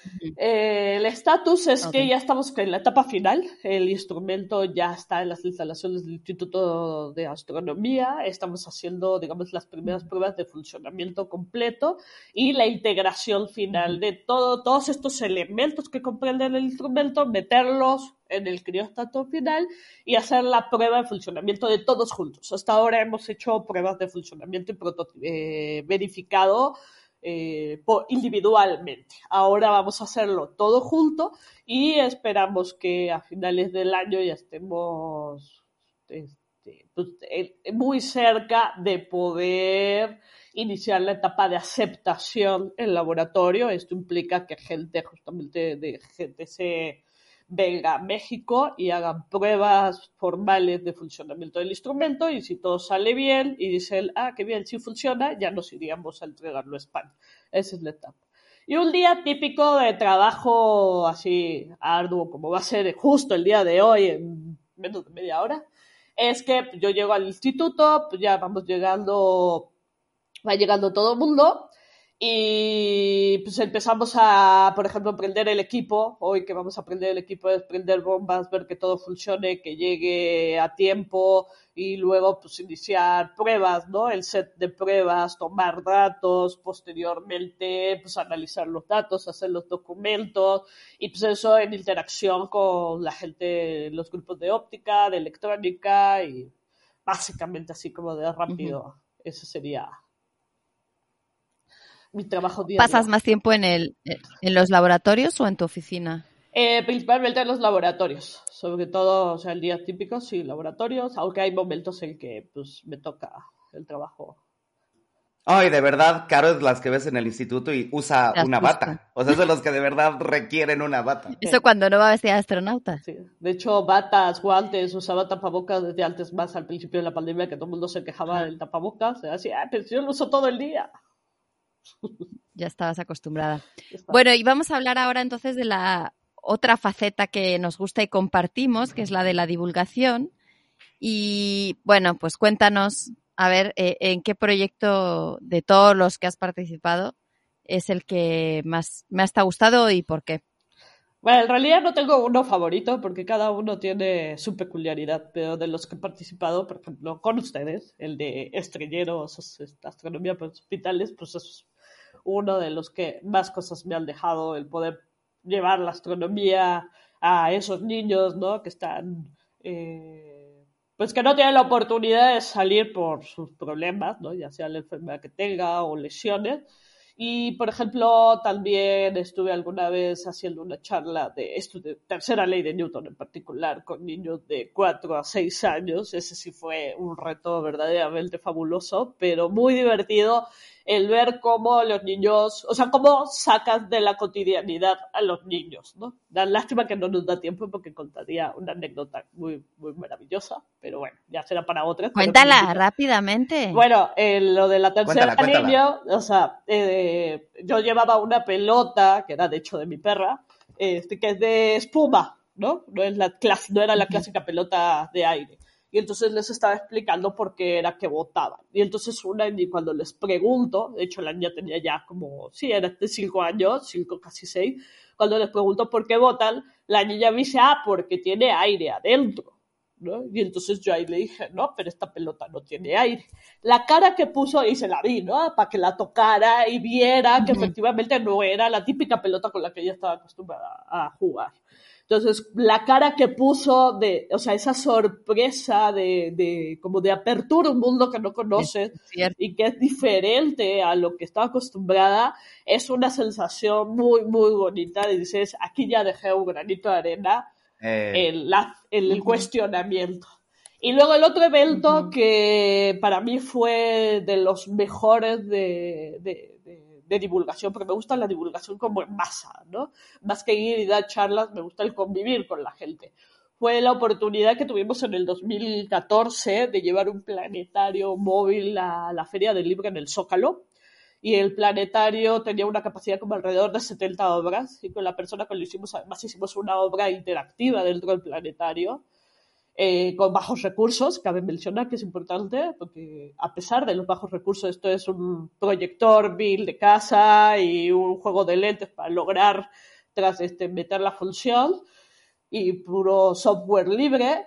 El estatus es que ya estamos en la etapa final. El instrumento ya está en las instalaciones del Instituto de Astronomía. Estamos haciendo, digamos, las primeras pruebas de funcionamiento completo y la integración final de todos estos elementos que comprenden el instrumento, meterlos en el crióstato final y hacer la prueba de funcionamiento de todos juntos. Hasta ahora hemos hecho pruebas de funcionamiento y verificado individualmente. Ahora vamos a hacerlo todo junto y esperamos que a finales del año ya estemos muy cerca de poder iniciar la etapa de aceptación en laboratorio. Esto implica que gente se venga a México y hagan pruebas formales de funcionamiento del instrumento, y si todo sale bien y dicen, qué bien, sí funciona, ya nos iríamos a entregarlo a España. Esa es la etapa. Y un día típico de trabajo así arduo, como va a ser justo el día de hoy, en menos de media hora, es que yo llego al instituto, pues ya va llegando todo el mundo, y pues empezamos a, por ejemplo, prender el equipo. Hoy que vamos a prender el equipo es prender bombas, ver que todo funcione, que llegue a tiempo, y luego pues iniciar pruebas, ¿no? El set de pruebas, tomar datos, posteriormente pues analizar los datos, hacer los documentos, y pues eso en interacción con la gente, los grupos de óptica, de electrónica, y básicamente así como de rápido. Ese sería mi trabajo diario. ¿Pasas más tiempo en los laboratorios o en tu oficina? Principalmente en los laboratorios, sobre todo, o sea, el día típico, sí, laboratorios, aunque hay momentos en que pues me toca el trabajo. Ay, de verdad, Caro es las que ves en el instituto y usa una bata. O sea, es de los que de verdad requieren una bata. Eso cuando no va vestida de astronauta. Sí. De hecho, batas, guantes, usaba tapabocas desde antes, más al principio de la pandemia, que todo el mundo se quejaba del tapabocas. Así, pero yo lo uso todo el día. Ya estabas acostumbrada. Bueno, y vamos a hablar ahora entonces de la otra faceta que nos gusta y compartimos, que es la de la divulgación. Y bueno, pues cuéntanos, a ver, en qué proyecto de todos los que has participado es el que más te ha gustado y por qué. Bueno, en realidad no tengo uno favorito porque cada uno tiene su peculiaridad, pero de los que he participado, por ejemplo, con ustedes, el de Estrelleros, Astronomía para Hospitales, pues es uno de los que más cosas me han dejado, el poder llevar la astronomía a esos niños, ¿no? Que están, pues que no tienen la oportunidad de salir por sus problemas, ¿no? Ya sea la enfermedad que tenga o lesiones, Y, por ejemplo, también estuve alguna vez haciendo una charla de esto de tercera ley de Newton en particular con niños de 4 a 6 años. Ese sí fue un reto verdaderamente fabuloso, pero muy divertido el ver cómo los niños, o sea, cómo sacas de la cotidianidad a los niños, ¿no? Da lástima que no nos da tiempo porque contaría una anécdota muy, muy maravillosa, pero bueno, ya será para otras. Cuéntala rápidamente. Bueno, lo de la tercera Cuéntala. niño, o sea, yo llevaba una pelota, que era de hecho de mi perra, que es de espuma, ¿no? No era la clásica pelota de aire. Y entonces les estaba explicando por qué era que botaban. Y entonces cuando les pregunto, de hecho la niña tenía ya como, sí, era de 5 años, 5, casi 6, cuando les pregunto por qué botan, la niña me dice, porque tiene aire adentro, ¿no? Y entonces yo ahí le dije, no, pero esta pelota no tiene aire. La cara que puso, y se la vi, ¿no? Para que la tocara y viera que efectivamente no era la típica pelota con la que ella estaba acostumbrada a jugar. Entonces, la cara que puso o sea, esa sorpresa como de apertura a un mundo que no conoces y que es diferente a lo que estaba acostumbrada, es una sensación muy, muy bonita. Y dices, aquí ya dejé un granito de arena en el cuestionamiento. Y luego el otro evento que para mí fue de los mejores de divulgación, porque me gusta la divulgación como en masa, ¿no? Más que ir y dar charlas, me gusta el convivir con la gente. Fue la oportunidad que tuvimos en el 2014 de llevar un planetario móvil a la Feria del Libro en el Zócalo, y el planetario tenía una capacidad como alrededor de 70 obras, y con la persona que lo hicimos, además hicimos una obra interactiva dentro del planetario, con bajos recursos. Cabe mencionar que es importante porque a pesar de los bajos recursos, esto es un proyector BIL de casa y un juego de lentes para lograr meter la función, y puro software libre.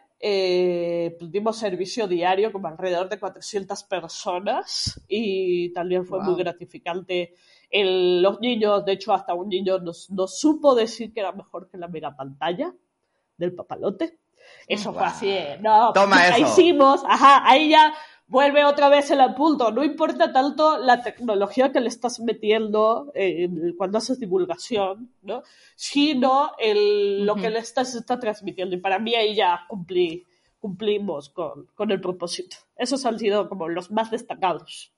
Dimos servicio diario como alrededor de 400 personas, y también fue muy gratificante. Los niños, de hecho hasta un niño nos supo decir que era mejor que la mega pantalla del papalote. Eso fue así, no, toma eso. Hicimos, ahí ya vuelve otra vez el punto. No importa tanto la tecnología que le estás metiendo cuando haces divulgación, ¿no? Sino lo que le está transmitiendo. Y para mí ahí ya cumplimos con el propósito. Esos han sido como los más destacados.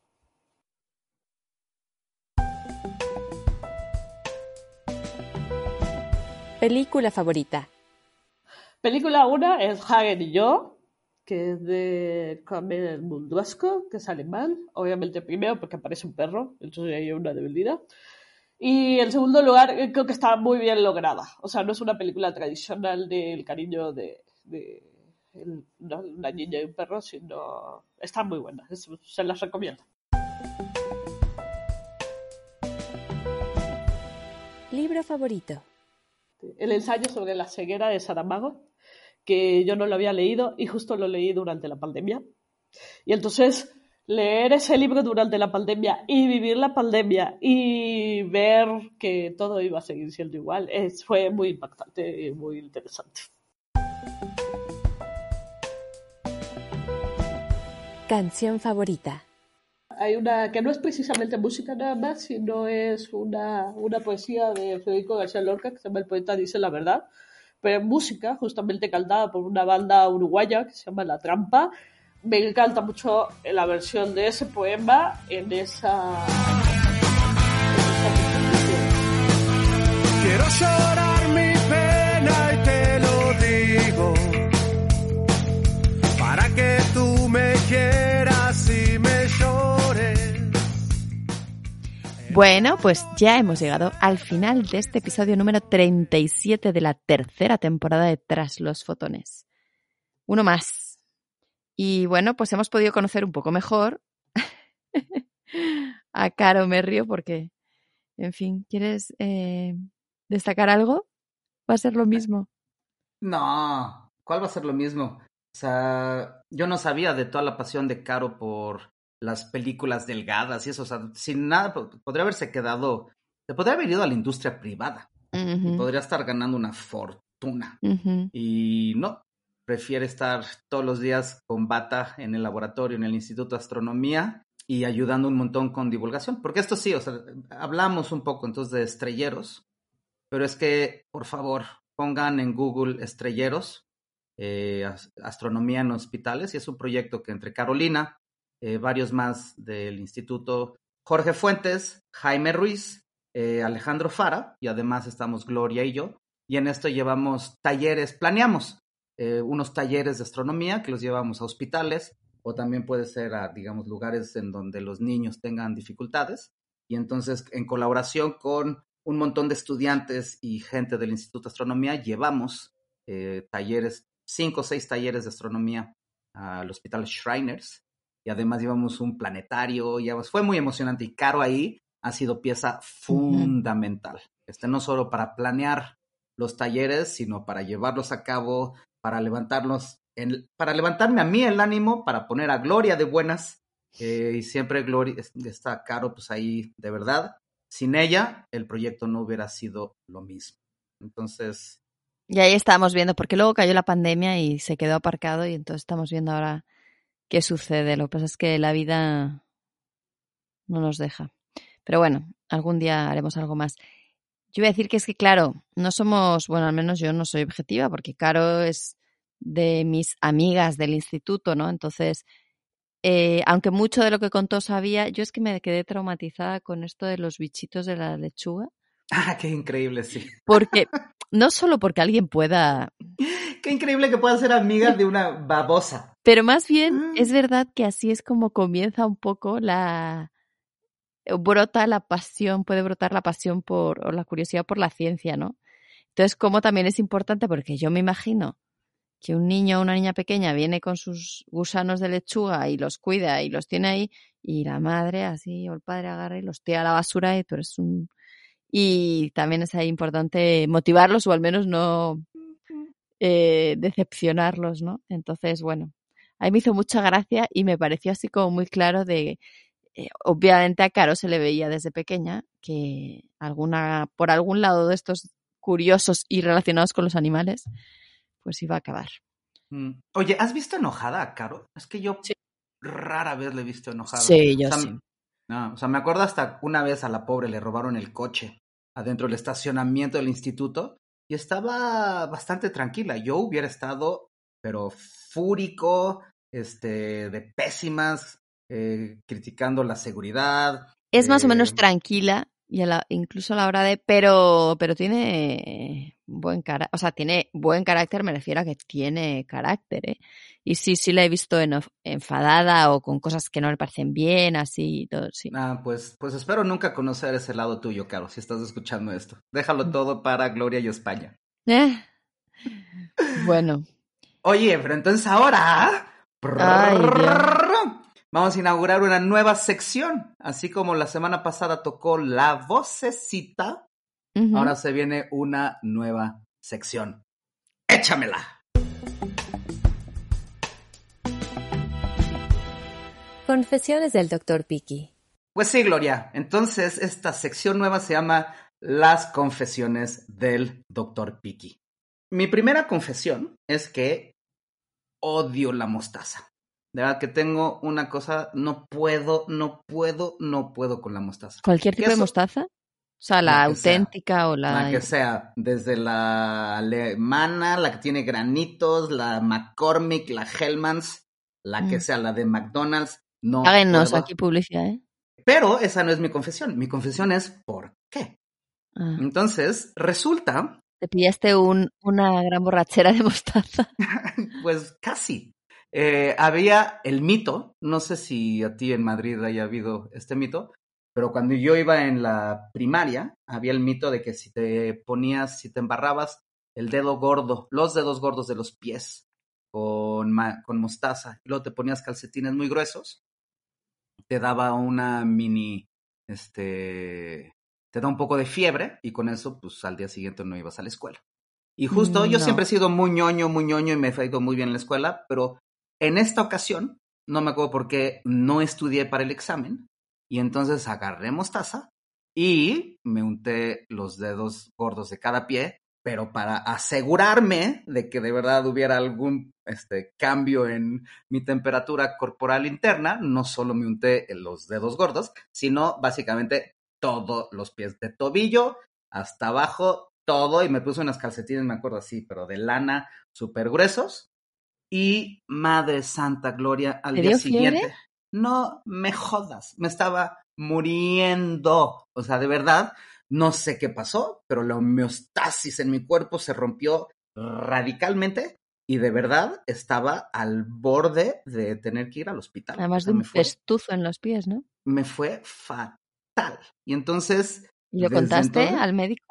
Película favorita. Película 1 es Hagen y yo, que es de Kamel Munduasco, que es alemán. Obviamente primero porque aparece un perro, entonces hay una debilidad. Y en segundo lugar, creo que está muy bien lograda. O sea, no es una película tradicional del cariño de una niña y un perro, sino está muy buena. Se las recomiendo. Libro favorito. El ensayo sobre la ceguera de Saramago, que yo no lo había leído y justo lo leí durante la pandemia. Y entonces leer ese libro durante la pandemia y vivir la pandemia y ver que todo iba a seguir siendo igual fue muy impactante y muy interesante. Canción favorita. Hay una que no es precisamente música nada más, sino es una poesía de Federico García Lorca que se llama El poeta dice la verdad, pero música justamente cantada por una banda uruguaya que se llama La Trampa. Me encanta mucho la versión de ese poema en esa Quiero llorar mi pena y te lo digo, para que tú me quieras y me llores. Bueno, pues ya hemos llegado al final de este episodio número 37 de la tercera temporada de Tras los Fotones. Uno más. Y bueno, pues hemos podido conocer un poco mejor a Caro Merrio porque, en fin, ¿quieres destacar algo? ¿Va a ser lo mismo? No, ¿cuál va a ser lo mismo? O sea, yo no sabía de toda la pasión de Caro por las películas delgadas y eso. O sea, sin nada, podría haberse quedado, se podría haber ido a la industria privada. Y podría estar ganando una fortuna. Y no, prefiere estar todos los días con bata en el laboratorio, en el Instituto de Astronomía, y ayudando un montón con divulgación. Porque esto sí, o sea, hablamos un poco entonces de estrelleros, pero es que, por favor, pongan en Google estrelleros, astronomía en hospitales, y es un proyecto que entre Carolina, varios más del instituto, Jorge Fuentes, Jaime Ruiz, Alejandro Fara, y además estamos Gloria y yo, y en esto llevamos talleres, planeamos unos talleres de astronomía que los llevamos a hospitales, o también puede ser a, digamos, lugares en donde los niños tengan dificultades, y entonces en colaboración con un montón de estudiantes y gente del Instituto de Astronomía llevamos talleres, 5 o 6 talleres de astronomía al Hospital Shriners, y además llevamos un planetario, fue muy emocionante, y Caro ahí ha sido pieza fundamental, no solo para planear los talleres, sino para llevarlos a cabo, para levantarme a mí el ánimo, para poner a Gloria de buenas, y siempre Gloria está Caro pues ahí de verdad. Sin ella, el proyecto no hubiera sido lo mismo. Entonces... Y ahí estábamos viendo, porque luego cayó la pandemia y se quedó aparcado, y entonces estamos viendo ahora qué sucede. Lo que pasa es que la vida no nos deja. Pero bueno, algún día haremos algo más. Yo iba a decir que es que, claro, no somos, bueno, al menos yo no soy objetiva, porque Caro es de mis amigas del instituto, ¿no? Entonces, aunque mucho de lo que contó sabía, yo es que me quedé traumatizada con esto de los bichitos de la lechuga. ¡Ah, qué increíble, sí! Porque, no solo porque alguien pueda... ¡Qué increíble que pueda ser amiga de una babosa! Pero más bien, es verdad que así es como comienza un poco puede brotar la pasión o la curiosidad por la ciencia, ¿no? Entonces, como también es importante, porque yo me imagino que un niño o una niña pequeña viene con sus gusanos de lechuga y los cuida y los tiene ahí, y la madre así, o el padre agarra y los tira a la basura, y tú eres un... Y también es ahí importante motivarlos, o al menos no decepcionarlos, ¿no? Entonces, bueno, a mí me hizo mucha gracia y me pareció así como muy claro de... obviamente a Caro se le veía desde pequeña que por algún lado de estos curiosos y relacionados con los animales, pues iba a acabar. Oye, ¿has visto enojada a Caro? Es que yo rara vez le he visto enojada. Sí, yo sí. No, o sea, me acuerdo hasta una vez a la pobre le robaron el coche adentro del estacionamiento del instituto y estaba bastante tranquila. Yo hubiera estado, pero fúrico, de pésimas, criticando la seguridad. Es más o menos tranquila, y incluso a la hora de... Pero tiene buen carácter, o sea, tiene buen carácter, me refiero a que tiene carácter, ¿eh? Y sí la he visto enfadada o con cosas que no le parecen bien, así y todo, sí. Pues espero nunca conocer ese lado tuyo, Caro, si estás escuchando esto. Déjalo todo para Gloria y España. Bueno. Oye, pero entonces ahora... Ay, Dios. Vamos a inaugurar una nueva sección. Así como la semana pasada tocó la vocecita, ahora se viene una nueva sección. ¡Échamela! Confesiones del Dr. Piki. Pues sí, Gloria. Entonces, esta sección nueva se llama Las Confesiones del Dr. Piki. Mi primera confesión es que odio la mostaza. De verdad que tengo una cosa, no puedo con la mostaza. ¿Cualquier tipo de mostaza? O sea, la auténtica o la... La que sea, desde la alemana, la que tiene granitos, la McCormick, la Hellmann's, la que sea, la de McDonald's. No háganos puedo. Aquí publicidad, ¿eh? Pero esa no es mi confesión. Mi confesión es ¿por qué? Entonces, resulta... ¿Te pillaste una gran borrachera de mostaza? Pues casi. Había el mito, no sé si a ti en Madrid haya habido este mito, pero cuando yo iba en la primaria, había el mito de que si te embarrabas el dedo gordo, los dedos gordos de los pies con mostaza, y luego te ponías calcetines muy gruesos, te daba una mini, te da un poco de fiebre, y con eso, pues al día siguiente no ibas a la escuela. Y justo yo siempre he sido muy ñoño, y me he ido muy bien en la escuela, pero en esta ocasión, no me acuerdo por qué no estudié para el examen, y entonces agarré mostaza y me unté los dedos gordos de cada pie pero para asegurarme de que de verdad hubiera algún cambio en mi temperatura corporal interna, no solo me unté los dedos gordos, sino básicamente todos los pies, de tobillo hasta abajo, todo, y me puse unas calcetines, me acuerdo así, pero de lana, súper gruesos, y madre santa Gloria, al día siguiente, ¿fiebre? No me jodas, me estaba muriendo, o sea, de verdad, no sé qué pasó, pero la homeostasis en mi cuerpo se rompió radicalmente y de verdad estaba al borde de tener que ir al hospital. Además de un pestuzo en los pies, ¿no? Me fue fatal. Y entonces... ¿Y lo contaste al médico?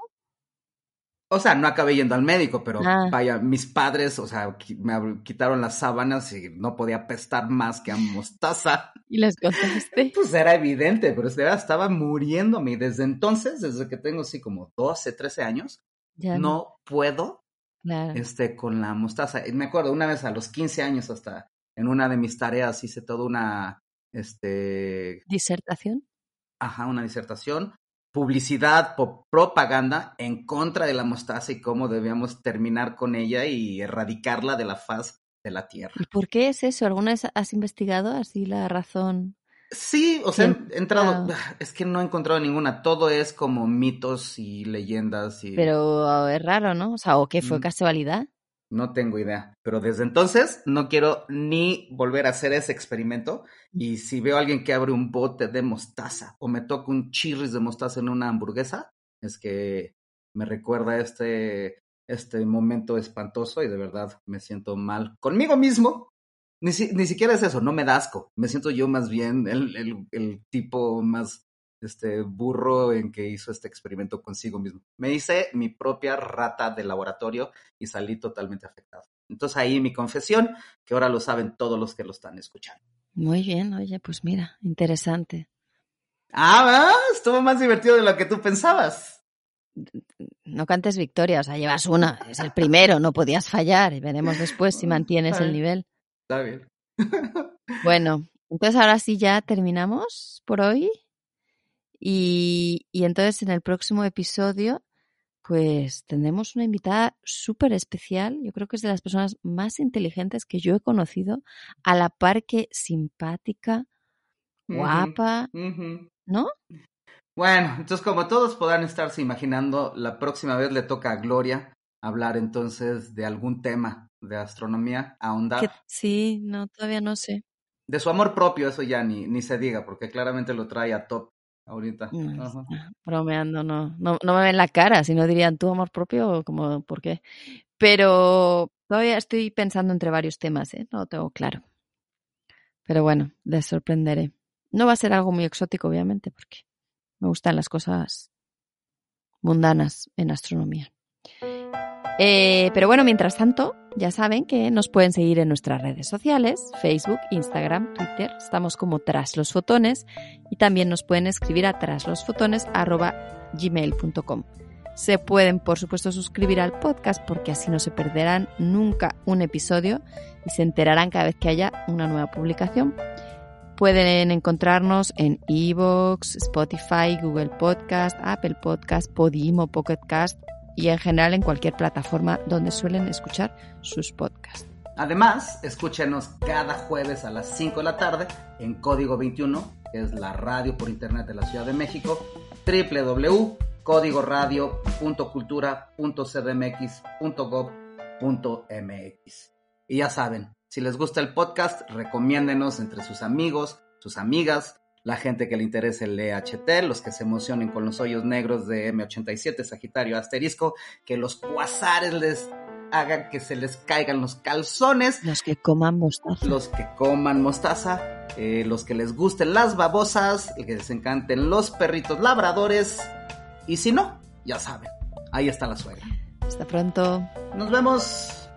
O sea, no acabé yendo al médico, pero vaya, mis padres, o sea, me quitaron las sábanas y no podía apestar más que a mostaza. ¿Y les contaste? Pues era evidente, pero estaba muriéndome. Y desde entonces, desde que tengo así como 12, 13 años, ya no puedo con la mostaza. Y me acuerdo, una vez a los 15 años, hasta en una de mis tareas hice toda una... ¿Disertación? Ajá, una disertación. Publicidad, propaganda en contra de la mostaza y cómo debíamos terminar con ella y erradicarla de la faz de la tierra. ¿Y por qué es eso? ¿Alguna vez has investigado así la razón? Sí, o sea, he entrado, es que no he encontrado ninguna, todo es como mitos y leyendas. Pero es raro, ¿no? O sea, ¿o qué fue casualidad? No tengo idea, pero desde entonces no quiero ni volver a hacer ese experimento. Y si veo a alguien que abre un bote de mostaza o me toca un chirris de mostaza en una hamburguesa, es que me recuerda este momento espantoso y de verdad me siento mal conmigo mismo. Ni siquiera es eso, no me da asco. Me siento yo más bien el tipo más burro en que hizo este experimento consigo mismo. Me hice mi propia rata de laboratorio y salí totalmente afectado. Entonces ahí mi confesión, que ahora lo saben todos los que lo están escuchando. Muy bien, oye, pues mira, interesante. Estuvo más divertido de lo que tú pensabas. No cantes victoria, o sea, llevas una, es el primero, no podías fallar y veremos después si mantienes el nivel. Está bien. Bueno, entonces ahora sí ya terminamos por hoy. Y entonces en el próximo episodio pues tendremos una invitada súper especial. Yo creo que es de las personas más inteligentes que yo he conocido, a la par que simpática, guapa, ¿no? Bueno, entonces como todos podrán estarse imaginando, la próxima vez le toca a Gloria hablar entonces de algún tema de astronomía, ahondar. Sí, no, todavía no sé. De su amor propio, eso ya ni se diga, porque claramente lo trae a top ahorita. Bromeando, no me ven la cara, si no dirían tu amor propio, como, ¿por qué? Pero todavía estoy pensando entre varios temas, no lo tengo claro. Pero bueno, les sorprenderé. No va a ser algo muy exótico, obviamente, porque me gustan las cosas mundanas en astronomía. Pero bueno, mientras tanto, ya saben que nos pueden seguir en nuestras redes sociales, Facebook, Instagram, Twitter. Estamos como Tras los Fotones y también nos pueden escribir a traslosfotones@gmail.com. Se pueden, por supuesto, suscribir al podcast porque así no se perderán nunca un episodio y se enterarán cada vez que haya una nueva publicación. Pueden encontrarnos en iVoox, Spotify, Google Podcast, Apple Podcast, Podimo, Pocket Cast y en general en cualquier plataforma donde suelen escuchar sus podcasts. Además, escúchenos cada jueves a las 5 de la tarde en Código 21, que es la radio por internet de la Ciudad de México, www.codigoradio.cultura.cdmx.gov.mx. Y ya saben, si les gusta el podcast, recomiéndenos entre sus amigos, sus amigas, la gente que le interese el EHT, los que se emocionen con los hoyos negros de M87, Sagitario Asterisco, que los cuasares les hagan que se les caigan los calzones. Los que coman mostaza. Los que coman mostaza, los que les gusten las babosas, que les encanten los perritos labradores. Y si no, ya saben, ahí está la suegra. Hasta pronto. Nos vemos.